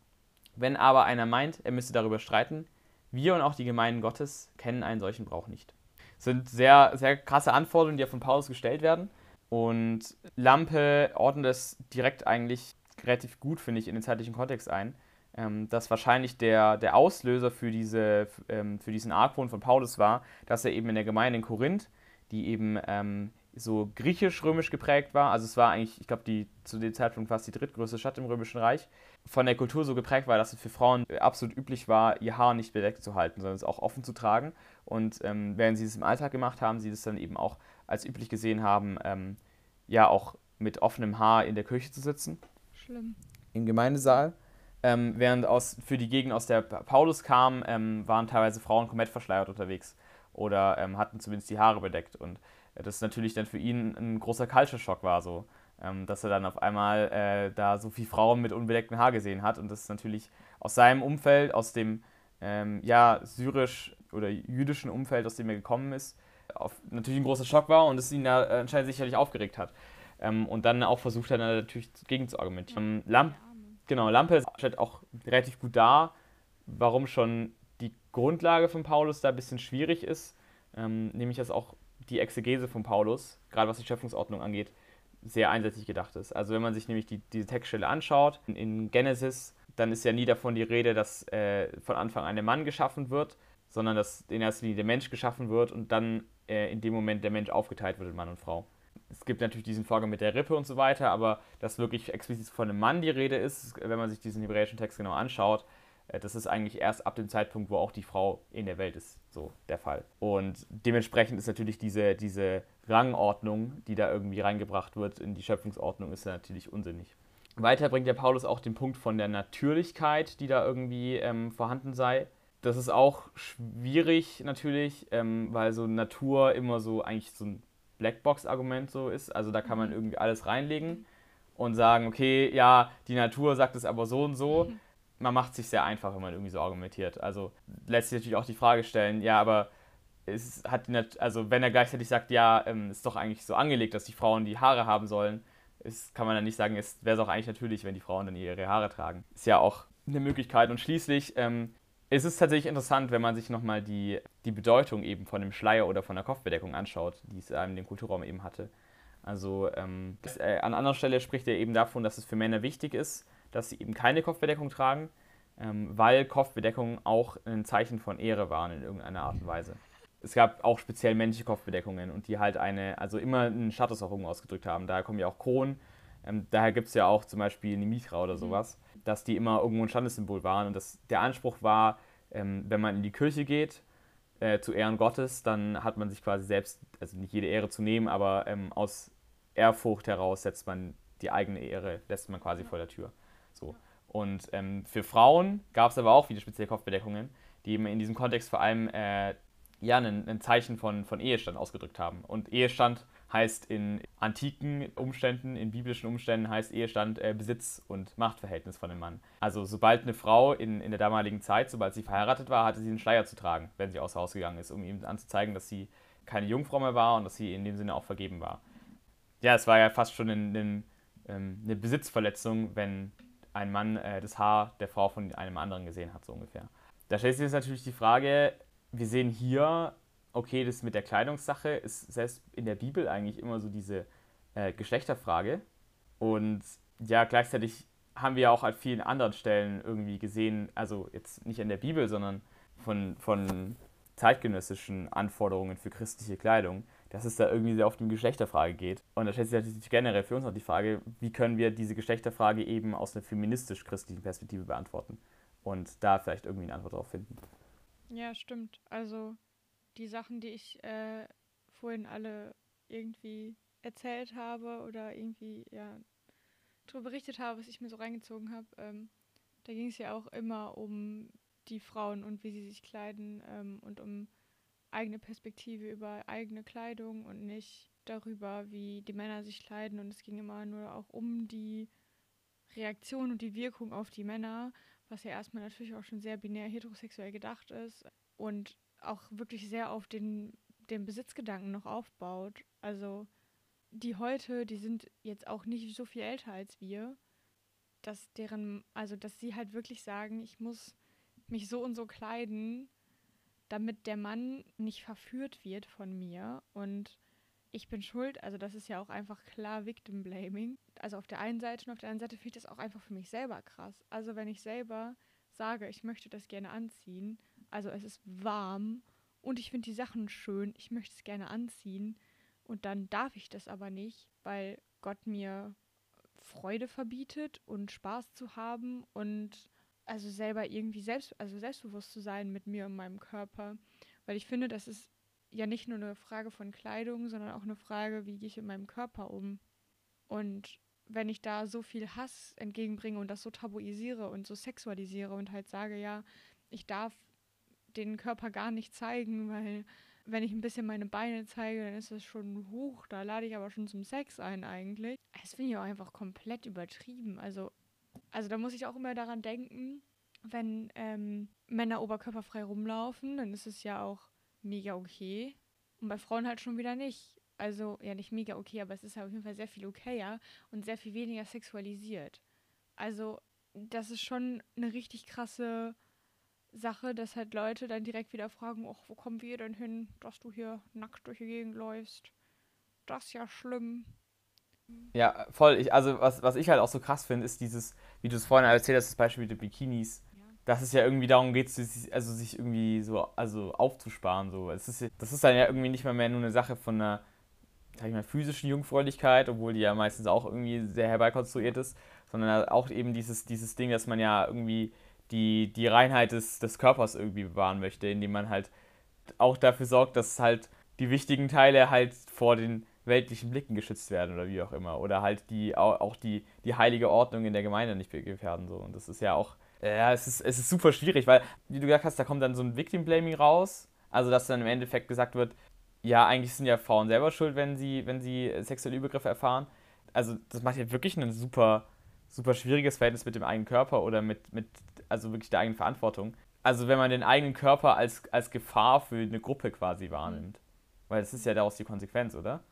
Wenn aber einer meint, er müsse darüber streiten, wir und auch die Gemeinden Gottes kennen einen solchen Brauch nicht. Das sind sehr, sehr krasse Anforderungen, die ja von Paulus gestellt werden. Und Lampe ordnet es direkt eigentlich relativ gut, finde ich, in den zeitlichen Kontext ein. Ähm, dass wahrscheinlich der, der Auslöser für, diese, ähm, für diesen Argwohn von Paulus war, dass er eben in der Gemeinde in Korinth, die eben ähm, so griechisch-römisch geprägt war, also es war eigentlich, ich glaube, die zu dem Zeitpunkt fast die drittgrößte Stadt im Römischen Reich, von der Kultur so geprägt war, dass es für Frauen absolut üblich war, ihr Haar nicht bedeckt zu halten, sondern es auch offen zu tragen. Und ähm, während sie es im Alltag gemacht haben, sie das dann eben auch als üblich gesehen haben, ähm, ja auch mit offenem Haar in der Kirche zu sitzen. Schlimm. Im Gemeindesaal. Ähm, während aus, für die Gegend, aus der Paulus kam, ähm, waren teilweise Frauen komplett verschleiert unterwegs oder ähm, hatten zumindest die Haare bedeckt. Und äh, das natürlich dann für ihn ein großer Culture-Schock war, so, ähm, dass er dann auf einmal äh, da so viele Frauen mit unbedecktem Haar gesehen hat. Und das natürlich aus seinem Umfeld, aus dem ähm, ja, syrisch- oder jüdischen Umfeld, aus dem er gekommen ist, auf, natürlich ein großer Schock war und es ihn da äh, anscheinend sicherlich aufgeregt hat. Ähm, und dann auch versucht hat, dann natürlich gegen zu argumentieren. Ja. Lamp Genau, Lampe stellt auch relativ gut dar, warum schon die Grundlage von Paulus da ein bisschen schwierig ist, ähm, nämlich dass auch die Exegese von Paulus, gerade was die Schöpfungsordnung angeht, sehr einseitig gedacht ist. Also wenn man sich nämlich die, diese Textstelle anschaut, in, in Genesis, dann ist ja nie davon die Rede, dass äh, von Anfang an der Mann geschaffen wird, sondern dass in erster Linie der Mensch geschaffen wird und dann äh, in dem Moment der Mensch aufgeteilt wird in Mann und Frau. Es gibt natürlich diesen Vorgang mit der Rippe und so weiter, aber dass wirklich explizit von einem Mann die Rede ist, wenn man sich diesen hebräischen Text genau anschaut, das ist eigentlich erst ab dem Zeitpunkt, wo auch die Frau in der Welt ist, so der Fall. Und dementsprechend ist natürlich diese, diese Rangordnung, die da irgendwie reingebracht wird in die Schöpfungsordnung, ist natürlich unsinnig. Weiter bringt der Paulus auch den Punkt von der Natürlichkeit, die da irgendwie ähm, vorhanden sei. Das ist auch schwierig natürlich, ähm, weil so Natur immer so eigentlich so ein Blackbox-Argument so ist. Also da kann man irgendwie alles reinlegen und sagen, okay, ja, die Natur sagt es aber so und so. Man macht es sich sehr einfach, wenn man irgendwie so argumentiert. Also lässt sich natürlich auch die Frage stellen, ja, aber es hat die Nat- also wenn er gleichzeitig sagt, ja, ähm, ist doch eigentlich so angelegt, dass die Frauen die Haare haben sollen, ist, kann man dann nicht sagen, es wäre es auch eigentlich natürlich, wenn die Frauen dann ihre Haare tragen. Ist ja auch eine Möglichkeit. Und schließlich ähm, es ist tatsächlich interessant, wenn man sich nochmal die, die Bedeutung eben von dem Schleier oder von der Kopfbedeckung anschaut, die es in dem Kulturraum eben hatte. Also ähm, das, äh, an anderer Stelle spricht er eben davon, dass es für Männer wichtig ist, dass sie eben keine Kopfbedeckung tragen, ähm, weil Kopfbedeckungen auch ein Zeichen von Ehre waren in irgendeiner Art und Weise. Es gab auch speziell männliche Kopfbedeckungen und die halt eine, also immer einen Status auch irgendwo ausgedrückt haben. Daher kommen ja auch Kronen. Ähm, daher gibt es ja auch zum Beispiel eine Mitra oder sowas, dass die immer irgendwo ein Standessymbol waren. Und das, der Anspruch war, ähm, wenn man in die Kirche geht, äh, zu Ehren Gottes, dann hat man sich quasi selbst, also nicht jede Ehre zu nehmen, aber ähm, aus Ehrfurcht heraus setzt man die eigene Ehre, lässt man quasi vor der Tür. So. Und ähm, für Frauen gab es aber auch wieder spezielle Kopfbedeckungen, die eben in diesem Kontext vor allem äh, ja, ein, ein Zeichen von, von Ehestand ausgedrückt haben. Und Ehestand heißt in antiken Umständen, in biblischen Umständen heißt Ehestand äh, Besitz- und Machtverhältnis von dem Mann. Also sobald eine Frau in, in der damaligen Zeit, sobald sie verheiratet war, hatte sie einen Schleier zu tragen, wenn sie außer Haus gegangen ist, um ihm anzuzeigen, dass sie keine Jungfrau mehr war und dass sie in dem Sinne auch vergeben war. Ja, es war ja fast schon ein, ein, ähm, eine Besitzverletzung, wenn ein Mann äh, das Haar der Frau von einem anderen gesehen hat, so ungefähr. Da stellt sich jetzt natürlich die Frage, wir sehen hier, okay, das mit der Kleidungssache ist selbst in der Bibel eigentlich immer so diese äh, Geschlechterfrage. Und ja, gleichzeitig haben wir auch an vielen anderen Stellen irgendwie gesehen, also jetzt nicht in der Bibel, sondern von, von zeitgenössischen Anforderungen für christliche Kleidung, dass es da irgendwie sehr oft um Geschlechterfrage geht. Und da stellt sich natürlich generell für uns auch die Frage, wie können wir diese Geschlechterfrage eben aus einer feministisch-christlichen Perspektive beantworten und da vielleicht irgendwie eine Antwort darauf finden. Ja, stimmt. Also die Sachen, die ich äh, vorhin alle irgendwie erzählt habe oder irgendwie ja darüber berichtet habe, was ich mir so reingezogen habe, ähm, da ging es ja auch immer um die Frauen und wie sie sich kleiden ähm, und um eigene Perspektive über eigene Kleidung und nicht darüber, wie die Männer sich kleiden. Und es ging immer nur auch um die Reaktion und die Wirkung auf die Männer, was ja erstmal natürlich auch schon sehr binär heterosexuell gedacht ist und auch wirklich sehr auf den, den Besitzgedanken noch aufbaut. Also die heute, die sind jetzt auch nicht so viel älter als wir, dass deren, also dass sie halt wirklich sagen, ich muss mich so und so kleiden, damit der Mann nicht verführt wird von mir und ich bin schuld. Also das ist ja auch einfach klar Victim Blaming. Also auf der einen Seite und auf der anderen Seite finde ich das auch einfach für mich selber krass. Also wenn ich selber sage, ich möchte das gerne anziehen, also es ist warm und ich finde die Sachen schön, ich möchte es gerne anziehen und dann darf ich das aber nicht, weil Gott mir Freude verbietet und Spaß zu haben und also selber irgendwie selbst, also selbstbewusst zu sein mit mir und meinem Körper. Weil ich finde, das ist ja nicht nur eine Frage von Kleidung, sondern auch eine Frage, wie gehe ich mit meinem Körper um. Und wenn ich da so viel Hass entgegenbringe und das so tabuisiere und so sexualisiere und halt sage, ja, ich darf den Körper gar nicht zeigen, weil wenn ich ein bisschen meine Beine zeige, dann ist das schon hoch, da lade ich aber schon zum Sex ein eigentlich. Das finde ich auch einfach komplett übertrieben. Also, also da muss ich auch immer daran denken, wenn ähm, Männer oberkörperfrei rumlaufen, dann ist es ja auch mega okay. Und bei Frauen halt schon wieder nicht. Also, ja, nicht mega okay, aber es ist ja auf jeden Fall sehr viel okayer und sehr viel weniger sexualisiert. Also, das ist schon eine richtig krasse Sache, dass halt Leute dann direkt wieder fragen, ach, wo kommen wir denn hin, dass du hier nackt durch die Gegend läufst? Das ist ja schlimm. Ja, voll. Ich, also was, was ich halt auch so krass finde, ist dieses, wie du es vorhin erzählt hast, das Beispiel mit den Bikinis, Ja. dass es ja irgendwie darum geht, sich- also sich irgendwie so also aufzusparen. So. Es ist, ja- das ist dann ja irgendwie nicht mal mehr nur eine Sache von einer, sag ich mal, physischen Jungfräulichkeit, obwohl die ja meistens auch irgendwie sehr herbeikonstruiert ist, sondern auch eben dieses, dieses Ding, dass man ja irgendwie die, die Reinheit des, des Körpers irgendwie bewahren möchte, indem man halt auch dafür sorgt, dass halt die wichtigen Teile halt vor den weltlichen Blicken geschützt werden oder wie auch immer. Oder halt die auch die, die heilige Ordnung in der Gemeinde nicht gefährden. So. Und das ist ja auch, ja, es ist, es ist super schwierig, weil, wie du gesagt hast, da kommt dann so ein Victim Blaming raus. Also dass dann im Endeffekt gesagt wird, ja, eigentlich sind ja Frauen selber schuld, wenn sie, wenn sie sexuelle Übergriffe erfahren. Also das macht ja wirklich ein super, super schwieriges Verhältnis mit dem eigenen Körper oder mit, mit also wirklich der eigenen Verantwortung. Also wenn man den eigenen Körper als, als Gefahr für eine Gruppe quasi Mhm. wahrnimmt. Weil das ist ja daraus die Konsequenz, oder?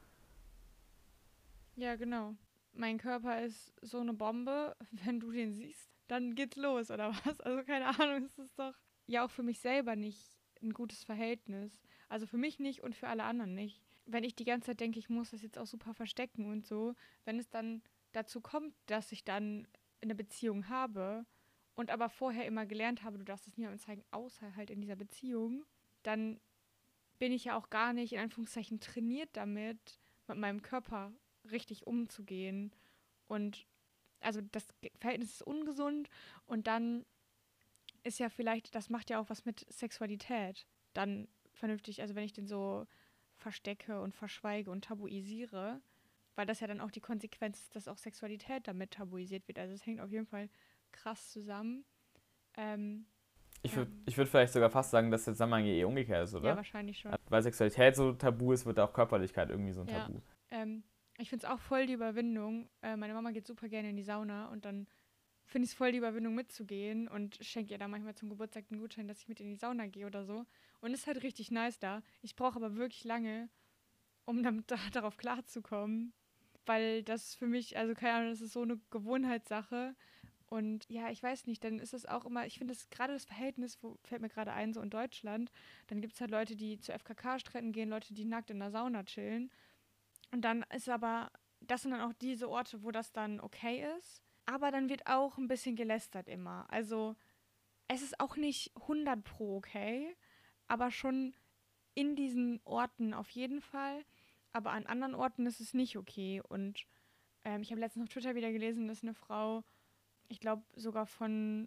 Ja, genau. Mein Körper ist so eine Bombe. Wenn du den siehst, dann geht's los, oder was? Also keine Ahnung, es ist doch ja auch für mich selber nicht ein gutes Verhältnis. Also für mich nicht und für alle anderen nicht. Wenn ich die ganze Zeit denke, ich muss das jetzt auch super verstecken und so, wenn es dann dazu kommt, dass ich dann eine Beziehung habe und aber vorher immer gelernt habe, du darfst es niemandem zeigen, außer halt in dieser Beziehung, dann bin ich ja auch gar nicht in Anführungszeichen trainiert damit, mit meinem Körper richtig umzugehen. Und also das Verhältnis ist ungesund und dann ist ja vielleicht, das macht ja auch was mit Sexualität. Dann vernünftig, also wenn ich den so verstecke und verschweige und tabuisiere, weil das ja dann auch die Konsequenz ist, dass auch Sexualität damit tabuisiert wird. Also es hängt auf jeden Fall krass zusammen. Ähm, Ich ja. würde ich würd vielleicht sogar fast sagen, dass der Zusammenhang eh umgekehrt ist, oder? Ja, wahrscheinlich schon. Weil Sexualität so tabu ist, wird auch Körperlichkeit irgendwie so ein Ja. Tabu. Ähm, ich finde es auch voll die Überwindung. Äh, meine Mama geht super gerne in die Sauna und dann finde ich es voll die Überwindung mitzugehen und schenke ihr da manchmal zum Geburtstag den Gutschein, dass ich mit in die Sauna gehe oder so. Und es ist halt richtig nice da. Ich brauche aber wirklich lange, um damit da, darauf klarzukommen, weil das für mich, also keine Ahnung, das ist so eine Gewohnheitssache. Und ja, ich weiß nicht, dann ist es auch immer, ich finde das gerade das Verhältnis, wo, fällt mir gerade ein, so in Deutschland, dann gibt es halt Leute, die zu F K K-Stränden gehen, Leute, die nackt in der Sauna chillen. Und dann ist aber, das sind dann auch diese Orte, wo das dann okay ist. Aber dann wird auch ein bisschen gelästert immer. Also es ist auch nicht hundert pro okay, aber schon in diesen Orten auf jeden Fall. Aber an anderen Orten ist es nicht okay. Und ähm, ich habe letztens auf Twitter wieder gelesen, dass eine Frau, ich glaube sogar von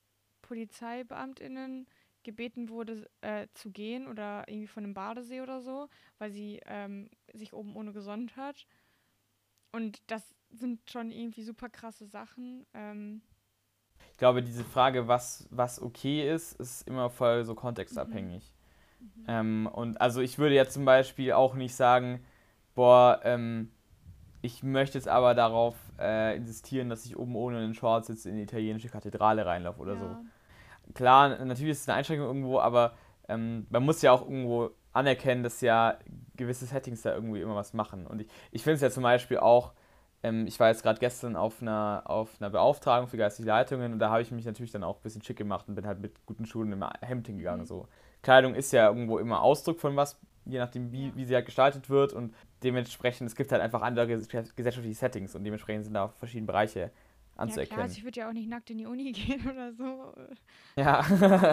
PolizeibeamtInnen gebeten wurde, äh, zu gehen oder irgendwie von einem Badesee oder so, weil sie ähm, sich oben ohne gesonnt hat. Und das sind schon irgendwie super krasse Sachen. Ähm, Ich glaube, diese Frage, was, was okay ist, ist immer voll so mhm. kontextabhängig. Mhm. Ähm, und also ich würde jetzt zum Beispiel auch nicht sagen, boah, ähm, ich möchte jetzt aber darauf äh, insistieren, dass ich oben ohne den Shorts jetzt in die italienische Kathedrale reinlaufe oder so. Ja, Klar, natürlich ist es eine Einschränkung irgendwo, aber ähm, man muss ja auch irgendwo anerkennen, dass ja gewisse Settings da irgendwie immer was machen. Und ich, ich finde es ja zum Beispiel auch, ähm, ich war jetzt gerade gestern auf einer, auf einer Beauftragung für geistige Leitungen und da habe ich mich natürlich dann auch ein bisschen schick gemacht und bin halt mit guten Schuhen im Hemd hingegangen. mhm. So. Kleidung ist ja irgendwo immer Ausdruck von was, je nachdem, wie, Ja. wie sie halt gestaltet wird und dementsprechend, es gibt halt einfach andere gesellschaftliche Settings und dementsprechend sind da auch verschiedene Bereiche Ja, klar, also anzuerkennen. ich würde ja auch nicht nackt in die Uni gehen oder so. Ja.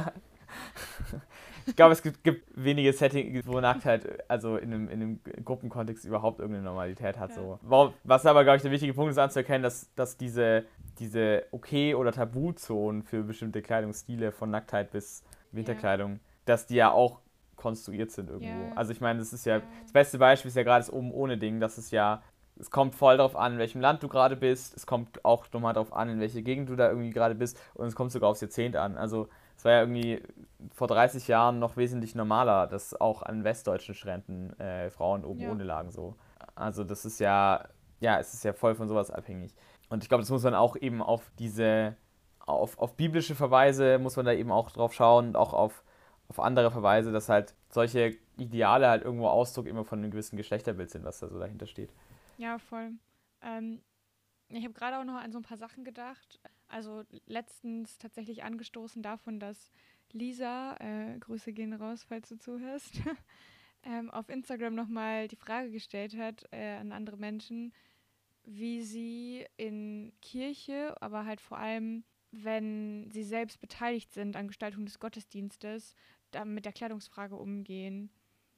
Ich glaube, es gibt, gibt wenige Settings, wo Nacktheit also in einem, in einem Gruppenkontext überhaupt irgendeine Normalität hat. Ja. So. Was aber, glaube ich, der wichtige Punkt ist anzuerkennen, dass, dass diese, diese Okay- oder Tabuzonen für bestimmte Kleidungsstile von Nacktheit bis Ja. Winterkleidung, dass die ja auch konstruiert sind irgendwo. Ja. Also ich meine, das ist ja, Ja. das beste Beispiel ist ja gerade das Oben ohne Ding, das ist ja, es kommt voll darauf an, in welchem Land du gerade bist, es kommt auch nochmal darauf an, in welche Gegend du da irgendwie gerade bist und es kommt sogar aufs Jahrzehnt an. Also es war ja irgendwie vor dreißig Jahren noch wesentlich normaler, dass auch an westdeutschen Stränden äh, Frauen oben Ja. ohne lagen so. Also das ist ja, ja, es ist ja voll von sowas abhängig. Und ich glaube, das muss man auch eben auf diese, auf, auf biblische Verweise muss man da eben auch drauf schauen und auch auf, auf andere Verweise, dass halt solche Ideale halt irgendwo Ausdruck immer von einem gewissen Geschlechterbild sind, was da so dahinter steht. Ja, voll. Ähm, ich habe gerade auch noch an so ein paar Sachen gedacht. Also letztens tatsächlich angestoßen davon, dass Lisa, äh, Grüße gehen raus, falls du zuhörst, ähm, auf Instagram nochmal die Frage gestellt hat äh, an andere Menschen, wie sie in Kirche, aber halt vor allem, wenn sie selbst beteiligt sind an Gestaltung des Gottesdienstes, da mit der Kleidungsfrage umgehen.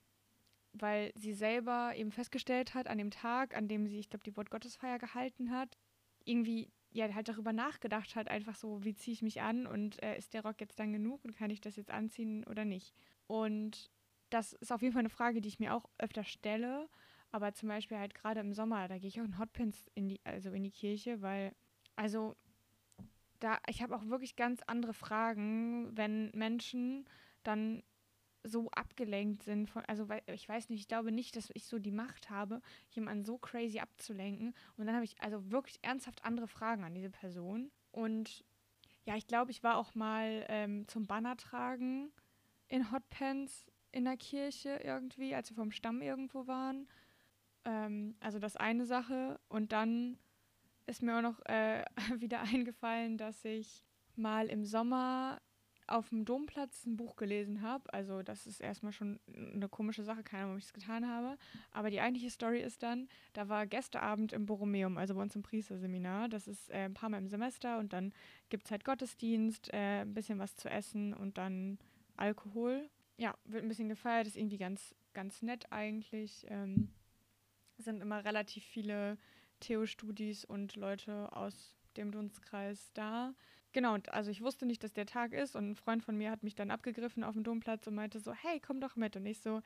Weil sie selber eben festgestellt hat, an dem Tag, an dem sie, ich glaube, die Wortgottesfeier gehalten hat, irgendwie ja halt darüber nachgedacht hat, einfach so, wie ziehe ich mich an und äh, ist der Rock jetzt dann genug und kann ich das jetzt anziehen oder nicht? Und das ist auf jeden Fall eine Frage, die ich mir auch öfter stelle, aber zum Beispiel halt gerade im Sommer, da gehe ich auch in Hotpants in die, also in die Kirche, weil, also da, ich habe auch wirklich ganz andere Fragen, wenn Menschen dann so abgelenkt sind von, also weil, ich weiß nicht, ich glaube nicht, dass ich so die Macht habe, jemanden so crazy abzulenken. Und dann habe ich also wirklich ernsthaft andere Fragen an diese Person. Und ja, ich glaube, ich war auch mal ähm, zum Banner tragen in Hotpants in der Kirche irgendwie, als wir vom Stamm irgendwo waren. Ähm, also das eine Sache. Und dann ist mir auch noch äh, wieder eingefallen, dass ich mal im Sommer auf dem Domplatz ein Buch gelesen habe. Also das ist erstmal schon eine komische Sache, keine Ahnung, ob ich es getan habe. Aber die eigentliche Story ist dann, da war Gästeabend im Borromeum, also bei uns im Priesterseminar. Das ist äh, ein paar Mal im Semester und dann gibt es halt Gottesdienst, äh, ein bisschen was zu essen und dann Alkohol. Ja, wird ein bisschen gefeiert, ist irgendwie ganz, ganz nett eigentlich. Ähm, es sind immer relativ viele Theo-Studis und Leute aus dem Dunstkreis da. Genau, und also ich wusste nicht, dass der Tag ist und ein Freund von mir hat mich dann abgegriffen auf dem Domplatz und meinte so, hey, komm doch mit. Und ich so,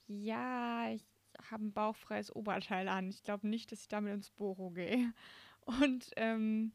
ja, ich habe ein bauchfreies Oberteil an. Ich glaube nicht, dass ich damit ins Boro gehe. Und ähm,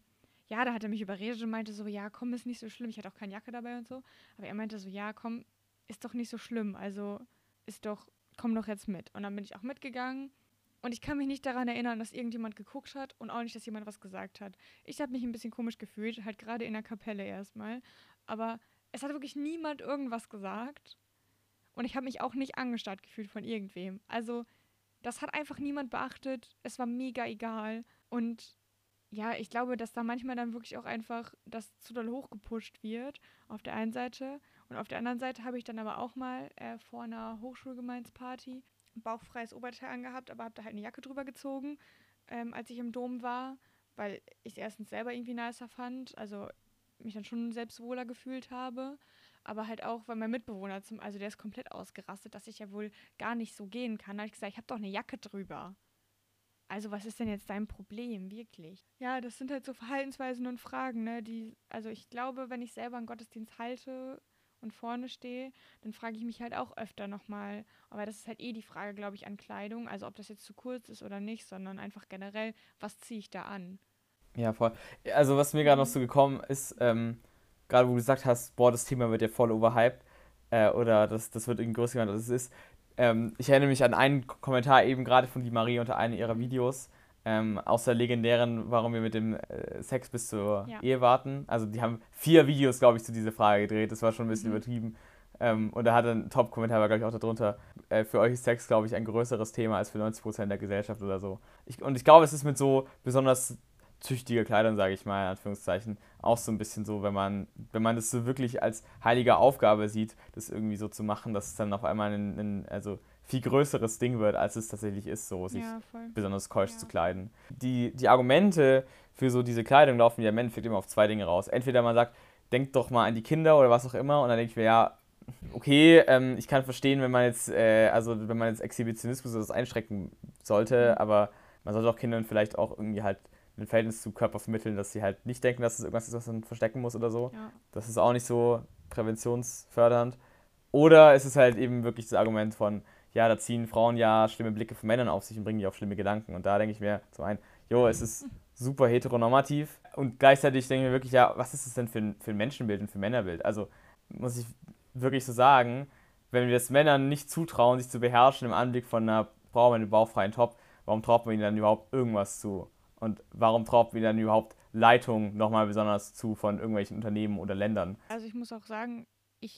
ja, da hat er mich überredet und meinte so, ja, komm, ist nicht so schlimm. Ich hatte auch keine Jacke dabei und so. Aber er meinte so, ja, komm, ist doch nicht so schlimm. Also ist doch, komm doch jetzt mit. Und dann bin ich auch mitgegangen. Und ich kann mich nicht daran erinnern, dass irgendjemand geguckt hat und auch nicht, dass jemand was gesagt hat. Ich habe mich ein bisschen komisch gefühlt, halt gerade in der Kapelle erstmal. Aber es hat wirklich niemand irgendwas gesagt. Und ich habe mich auch nicht angestarrt gefühlt von irgendwem. Also, das hat einfach niemand beachtet. Es war mega egal. Und ja, ich glaube, dass da manchmal dann wirklich auch einfach das zu doll hochgepusht wird, auf der einen Seite. Und auf der anderen Seite habe ich dann aber auch mal äh, vor einer Hochschulgemeinsparty ein bauchfreies Oberteil angehabt, aber habe da halt eine Jacke drüber gezogen, ähm, als ich im Dom war, weil ich es erstens selber irgendwie nicer fand, also mich dann schon selbst wohler gefühlt habe, aber halt auch, weil mein Mitbewohner, zum, also der ist komplett ausgerastet, dass ich ja wohl gar nicht so gehen kann. Da habe ich gesagt, ich habe doch eine Jacke drüber. Also was ist denn jetzt dein Problem, wirklich? Ja, das sind halt so Verhaltensweisen und Fragen, ne, die, also ich glaube, wenn ich selber einen Gottesdienst halte und vorne stehe, dann frage ich mich halt auch öfter nochmal, aber das ist halt eh die Frage, glaube ich, an Kleidung, also ob das jetzt zu kurz ist oder nicht, sondern einfach generell, was ziehe ich da an? Ja, voll. Also was mir gerade noch Mhm. so gekommen ist, ähm, gerade wo du gesagt hast, boah, das Thema wird ja voll overhyped, äh, oder das, das wird irgendwie größer gemacht, als es ist. Ähm, ich erinnere mich an einen K- Kommentar eben gerade von die Marie unter einem ihrer Mhm. Videos, ähm, aus der legendären, warum wir mit dem äh, Sex bis zur Ja. Ehe warten. Also die haben vier Videos, glaube ich, zu dieser Frage gedreht. Das war schon ein bisschen Mhm. übertrieben. Ähm, und da hat ein Top-Kommentar, war glaube ich auch darunter, äh, für euch ist Sex, glaube ich, ein größeres Thema als für neunzig Prozent der Gesellschaft oder so. Ich, und ich glaube, es ist mit so besonders züchtige Kleidung, sage ich mal, in Anführungszeichen, auch so ein bisschen so, wenn man, wenn man das so wirklich als heilige Aufgabe sieht, das irgendwie so zu machen, dass es dann auf einmal ein, ein also viel größeres Ding wird, als es tatsächlich ist, so sich Ja, voll. besonders keusch zu Ja, voll. kleiden. Die, die Argumente für so diese Kleidung laufen ja im Endeffekt immer auf zwei Dinge raus. Entweder man sagt, denkt doch mal an die Kinder oder was auch immer, und dann denke ich mir, ja, okay, ähm, ich kann verstehen, wenn man jetzt, äh, also wenn man jetzt Exhibitionismus oder das einschränken Mhm. sollte, aber man sollte auch Kindern vielleicht auch irgendwie halt ein Verhältnis zu Körper vermitteln, dass sie halt nicht denken, dass es irgendwas ist, was man verstecken muss oder so. Ja. Das ist auch nicht so präventionsfördernd. Oder ist es halt eben wirklich das Argument von, ja, da ziehen Frauen ja schlimme Blicke von Männern auf sich und bringen die auf schlimme Gedanken. Und da denke ich mir zum einen, jo, es ist super heteronormativ. Und gleichzeitig denke ich mir wirklich, ja, was ist das denn für ein, für ein Menschenbild und für ein Männerbild? Also muss ich wirklich so sagen, wenn wir es Männern nicht zutrauen, sich zu beherrschen im Anblick von einer Frau mit einem bauchfreien Top, warum traut man ihnen dann überhaupt irgendwas zu? Und warum traut man ihnen dann überhaupt Leitung nochmal besonders zu von irgendwelchen Unternehmen oder Ländern? Also ich muss auch sagen, ich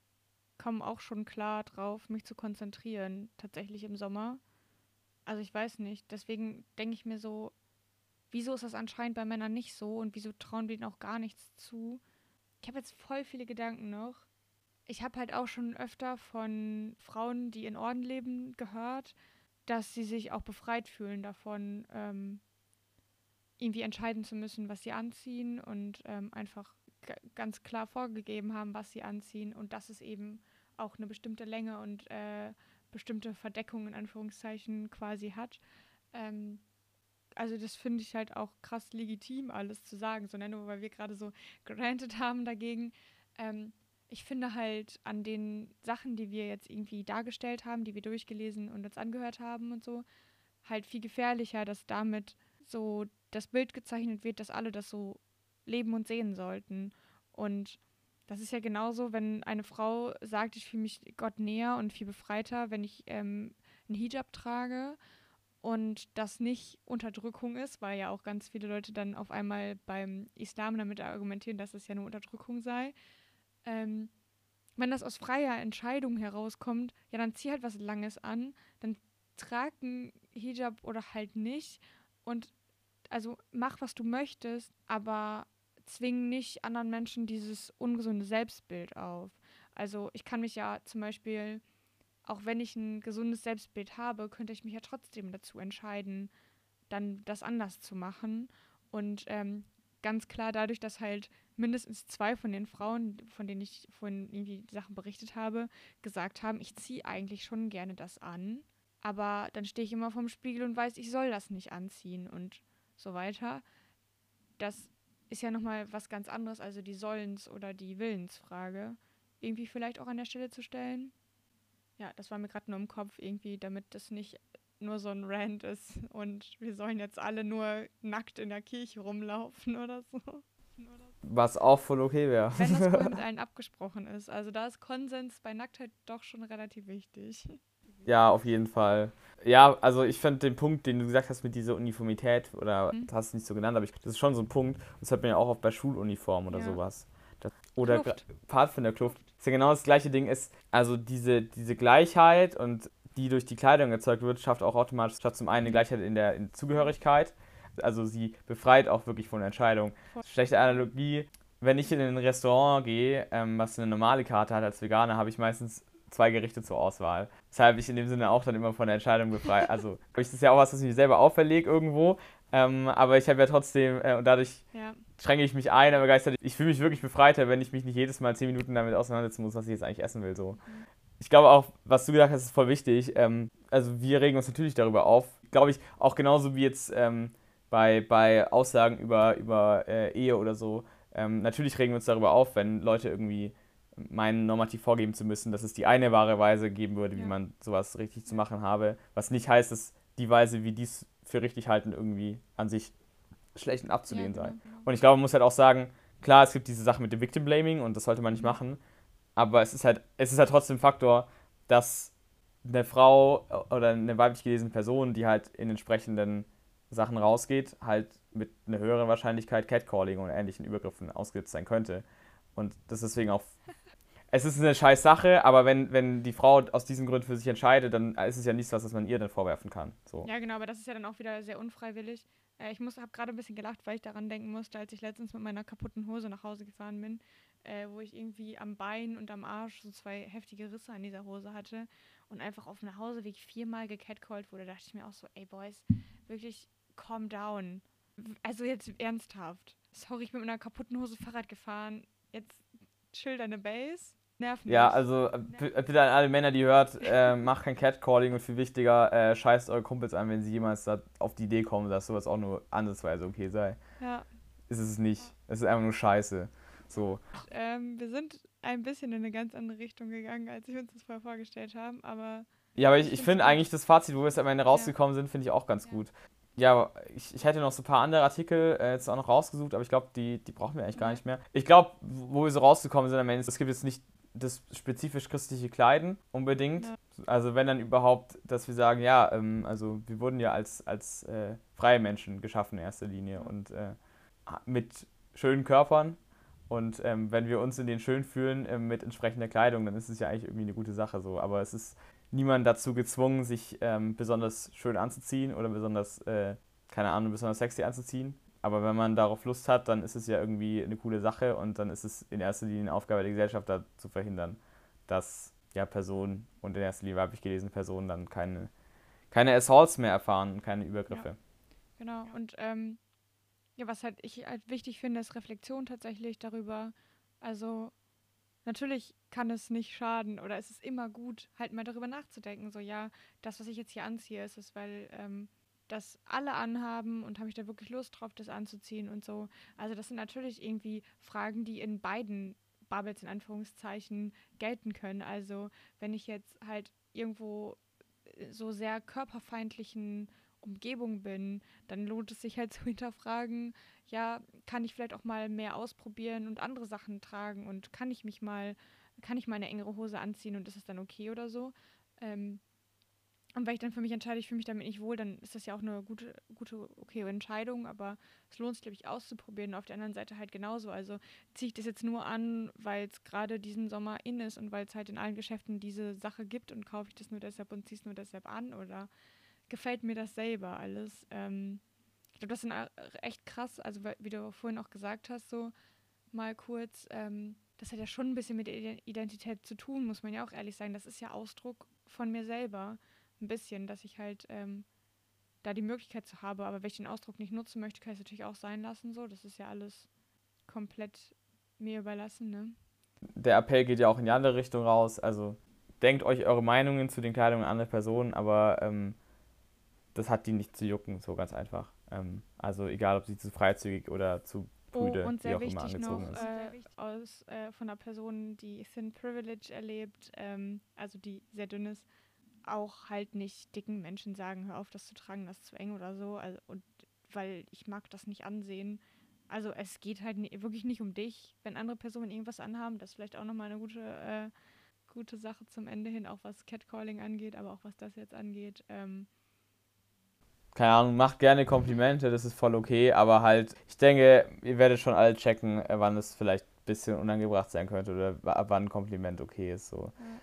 komme auch schon klar drauf, mich zu konzentrieren, tatsächlich im Sommer. Also ich weiß nicht. Deswegen denke ich mir so, wieso ist das anscheinend bei Männern nicht so und wieso trauen wir ihnen auch gar nichts zu? Ich habe jetzt voll viele Gedanken noch. Ich habe halt auch schon öfter von Frauen, die in Orden leben, gehört, dass sie sich auch befreit fühlen davon, ähm, irgendwie entscheiden zu müssen, was sie anziehen und ähm, einfach g- ganz klar vorgegeben haben, was sie anziehen und dass es eben auch eine bestimmte Länge und äh, bestimmte Verdeckung in Anführungszeichen quasi hat. Ähm, also das finde ich halt auch krass legitim, alles zu sagen, so ne, nur weil wir gerade so gerantet haben dagegen. Ähm, ich finde halt an den Sachen, die wir jetzt irgendwie dargestellt haben, die wir durchgelesen und uns angehört haben und so, halt viel gefährlicher, dass damit so das Bild gezeichnet wird, dass alle das so leben und sehen sollten. Und das ist ja genauso, wenn eine Frau sagt, ich fühle mich Gott näher und viel befreiter, wenn ich ähm, einen Hijab trage und das nicht Unterdrückung ist, weil ja auch ganz viele Leute dann auf einmal beim Islam damit argumentieren, dass es ja nur Unterdrückung sei. Ähm, wenn das aus freier Entscheidung herauskommt, ja, dann zieh halt was Langes an, dann trag einen Hijab oder halt nicht und also mach, was du möchtest, aber zwing nicht anderen Menschen dieses ungesunde Selbstbild auf. Also ich kann mich ja zum Beispiel, auch wenn ich ein gesundes Selbstbild habe, könnte ich mich ja trotzdem dazu entscheiden, dann das anders zu machen. Und ähm, ganz klar dadurch, dass halt mindestens zwei von den Frauen, von denen ich vorhin irgendwie die Sachen berichtet habe, gesagt haben, ich ziehe eigentlich schon gerne das an, aber dann stehe ich immer vorm Spiegel und weiß, ich soll das nicht anziehen und so weiter. Das ist ja nochmal was ganz anderes, also die Sollens- oder die Willensfrage irgendwie vielleicht auch an der Stelle zu stellen. Ja, das war mir gerade nur im Kopf irgendwie, damit das nicht nur so ein Rant ist und wir sollen jetzt alle nur nackt in der Kirche rumlaufen oder so. Was auch voll okay wäre. Wenn das vorher mit allen abgesprochen ist. Also da ist Konsens bei Nacktheit doch schon relativ wichtig. Ja, auf jeden Fall. Ja, also ich fand den Punkt, den du gesagt hast mit dieser Uniformität, oder Mhm. du hast es nicht so genannt, aber ich, das ist schon so ein Punkt, das hört man ja auch oft bei Schuluniformen oder Ja. sowas. Das, oder Kluft. gra- Pfadfinderkluft. Ist ja genau das gleiche Ding, ist, also diese, diese Gleichheit und die durch die Kleidung erzeugt wird, schafft auch automatisch, schafft zum einen eine Gleichheit in der in Zugehörigkeit, also sie befreit auch wirklich von der Entscheidung. Voll. Schlechte Analogie, wenn ich in ein Restaurant gehe, ähm, was eine normale Karte hat als Veganer, habe ich meistens zwei Gerichte zur Auswahl. Deshalb bin ich in dem Sinne auch dann immer von der Entscheidung befreit. Also, das ist ja auch was, was ich mir selber auferlege irgendwo. Ähm, aber ich habe ja trotzdem, äh, und dadurch Ja. schränke ich mich ein, aber gleichzeitig, ich fühle mich wirklich befreiter, wenn ich mich nicht jedes Mal zehn Minuten damit auseinandersetzen muss, was ich jetzt eigentlich essen will. So. Mhm. Ich glaube auch, was du gesagt hast, ist voll wichtig. Ähm, also wir regen uns natürlich darüber auf. Glaube ich, auch genauso wie jetzt ähm, bei, bei Aussagen über, über äh, Ehe oder so. Ähm, natürlich regen wir uns darüber auf, wenn Leute irgendwie meinen, normativ vorgeben zu müssen, dass es die eine wahre Weise geben würde, wie Ja. man sowas richtig zu machen habe. Was nicht heißt, dass die Weise, wie die es für richtig halten, irgendwie an sich schlecht und abzulehnen Ja, sei. genau, genau. Und ich glaube, man muss halt auch sagen, klar, es gibt diese Sache mit dem Victim Blaming und das sollte man nicht Mhm. machen, aber es ist halt, es ist halt trotzdem ein Faktor, dass eine Frau oder eine weiblich gelesene Person, die halt in entsprechenden Sachen rausgeht, halt mit einer höheren Wahrscheinlichkeit Catcalling und ähnlichen Übergriffen ausgesetzt sein könnte. Und das ist deswegen auch. Es ist eine scheiß Sache, aber wenn, wenn die Frau aus diesen Gründen für sich entscheidet, dann ist es ja nichts, was man ihr dann vorwerfen kann. So. Ja, genau, aber das ist ja dann auch wieder sehr unfreiwillig. Äh, ich habe gerade ein bisschen gelacht, weil ich daran denken musste, als ich letztens mit meiner kaputten Hose nach Hause gefahren bin, äh, wo ich irgendwie am Bein und am Arsch so zwei heftige Risse an dieser Hose hatte und einfach auf dem Nachhauseweg viermal gecatcallt wurde, dachte ich mir auch so, ey Boys, wirklich calm down. W- Also jetzt ernsthaft. Sorry, ich bin mit einer kaputten Hose Fahrrad gefahren. Jetzt chill deine Base. Nerv Ja, nicht. also äh, b- bitte an alle Männer, die hört, äh, macht kein Catcalling und viel wichtiger, äh, scheißt eure Kumpels an, wenn sie jemals da auf die Idee kommen, dass sowas auch nur ansatzweise okay sei. Ja. Ist es nicht. Es ist einfach nur scheiße. So. Ähm, wir sind ein bisschen in eine ganz andere Richtung gegangen, als wir uns das vorher vorgestellt haben, aber Ja, aber ich, ich ich finde es finde gut. eigentlich das Fazit, wo wir jetzt am Ende rausgekommen sind, finde ich auch ganz Ja. gut. Ja, ich, ich hätte noch so ein paar andere Artikel äh, jetzt auch noch rausgesucht, aber ich glaube, die, die brauchen wir eigentlich gar Ja. nicht mehr. Ich glaube, wo wir so rausgekommen sind am Ende, es gibt jetzt nicht das spezifisch christliche Kleiden unbedingt. Ja. Also wenn dann überhaupt, dass wir sagen, ja, ähm, also wir wurden ja als, als äh, freie Menschen geschaffen in erster Linie und äh, mit schönen Körpern. Und ähm, wenn wir uns in den schön fühlen äh, mit entsprechender Kleidung, dann ist es ja eigentlich irgendwie eine gute Sache so. Aber es ist niemand dazu gezwungen, sich ähm, besonders schön anzuziehen oder besonders, äh, keine Ahnung, besonders sexy anzuziehen. Aber wenn man darauf Lust hat, dann ist es ja irgendwie eine coole Sache und dann ist es in erster Linie eine Aufgabe der Gesellschaft, da zu verhindern, dass ja Personen und in erster Linie weiblich gelesene Personen dann keine, keine Assaults mehr erfahren und keine Übergriffe. Ja. Genau. Und ähm, ja, was halt ich halt wichtig finde, ist Reflexion tatsächlich darüber. Also natürlich kann es nicht schaden oder es ist immer gut, halt mal darüber nachzudenken. So, ja, das, was ich jetzt hier anziehe, ist es, weil ähm, das alle anhaben und habe ich da wirklich Lust drauf, das anzuziehen und so. Also das sind natürlich irgendwie Fragen, die in beiden Bubbles in Anführungszeichen gelten können. Also wenn ich jetzt halt irgendwo äh, so sehr körperfeindlichen Umgebung bin, dann lohnt es sich halt zu hinterfragen, ja, kann ich vielleicht auch mal mehr ausprobieren und andere Sachen tragen und kann ich mich mal, kann ich mal eine engere Hose anziehen und ist es dann okay oder so? Ähm, und wenn ich dann für mich entscheide, ich fühle mich damit nicht wohl, dann ist das ja auch eine gute, gute, okay Entscheidung, aber es lohnt sich, glaube ich, auszuprobieren. Und auf der anderen Seite halt genauso. Also ziehe ich das jetzt nur an, weil es gerade diesen Sommer in ist und weil es halt in allen Geschäften diese Sache gibt und kaufe ich das nur deshalb und ziehe es nur deshalb an oder gefällt mir das selber alles? Ähm, ich glaube, das ist echt krass, also wie du vorhin auch gesagt hast, so mal kurz, ähm, das hat ja schon ein bisschen mit der Identität zu tun, muss man ja auch ehrlich sagen. Das ist ja Ausdruck von mir selber, ein bisschen, dass ich halt ähm, da die Möglichkeit zu habe, aber wenn ich den Ausdruck nicht nutzen möchte, kann ich es natürlich auch sein lassen, so. Das ist ja alles komplett mir überlassen, ne? Der Appell geht ja auch in die andere Richtung raus, also denkt euch eure Meinungen zu den Kleidungen anderer Personen, aber ähm, das hat die nicht zu jucken, so ganz einfach. Ähm, also egal, ob sie zu freizügig oder zu Oh, prüde, und wie sehr auch immer wichtig angezogen noch ist. äh, aus, äh, von einer Person, die Thin Privilege erlebt, ähm, also die sehr dünn ist. auch halt nicht dicken Menschen sagen, hör auf, das zu tragen, das ist zu eng oder so. Also, und weil ich mag das nicht ansehen. Also es geht halt nie, wirklich nicht um dich. Wenn andere Personen irgendwas anhaben, das ist vielleicht auch nochmal eine gute, äh, gute Sache zum Ende hin, auch was Catcalling angeht, aber auch was das jetzt angeht. Ähm, Keine Ahnung, macht gerne Komplimente, das ist voll okay, aber halt, ich denke, ihr werdet schon alle checken, äh, wann es vielleicht ein bisschen unangebracht sein könnte oder wa- ab wann ein Kompliment okay ist. So. ja.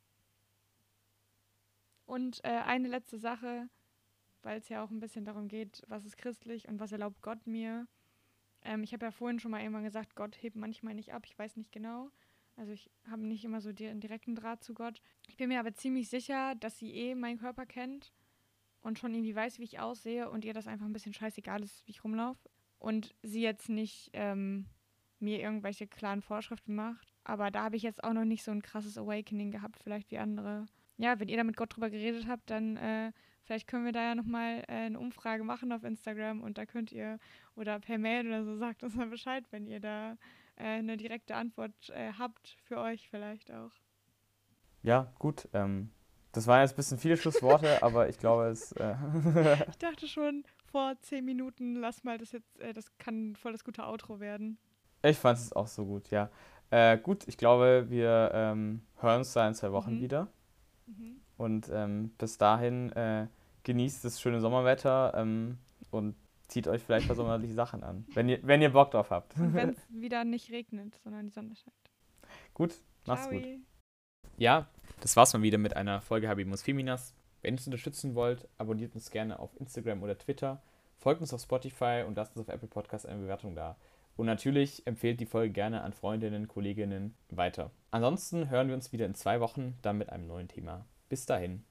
Und äh, eine letzte Sache, weil es ja auch ein bisschen darum geht, was ist christlich und was erlaubt Gott mir. Ähm, ich habe ja vorhin schon mal irgendwann gesagt, Gott hebt manchmal nicht ab, ich weiß nicht genau. Also ich habe nicht immer so einen direkten Draht zu Gott. Ich bin mir aber ziemlich sicher, dass sie eh meinen Körper kennt und schon irgendwie weiß, wie ich aussehe und ihr das einfach ein bisschen scheißegal ist, wie ich rumlaufe. Und sie jetzt nicht ähm, mir irgendwelche klaren Vorschriften macht. Aber da habe ich jetzt auch noch nicht so ein krasses Awakening gehabt, vielleicht wie andere. Ja, wenn ihr da mit Gott drüber geredet habt, dann äh, vielleicht können wir da ja nochmal äh, eine Umfrage machen auf Instagram und da könnt ihr, oder per Mail oder so, sagt uns mal Bescheid, wenn ihr da äh, eine direkte Antwort äh, habt, für euch vielleicht auch. Ja, gut. Ähm, das waren jetzt ein bisschen viele Schlussworte, aber ich glaube, es. Äh Ich dachte schon vor zehn Minuten, lass mal das jetzt, äh, das kann voll das gute Outro werden. ich fand es auch so gut, ja. Äh, gut, ich glaube, wir ähm, hören uns da in zwei Wochen Mhm. wieder. Mhm. Und ähm, bis dahin äh, genießt das schöne Sommerwetter ähm, und zieht euch vielleicht mal sommerliche Sachen an, wenn ihr, wenn ihr Bock drauf habt. Und wenn es wieder nicht regnet, sondern die Sonne scheint. Gut, mach's Ciao. gut. Ja, das war's mal wieder mit einer Folge Habimus Feminas. Wenn ihr uns unterstützen wollt, abonniert uns gerne auf Instagram oder Twitter, folgt uns auf Spotify und lasst uns auf Apple Podcasts eine Bewertung da. Und natürlich empfehlt die Folge gerne an Freundinnen, Kolleginnen weiter. Ansonsten hören wir uns wieder in zwei Wochen, dann mit einem neuen Thema. Bis dahin.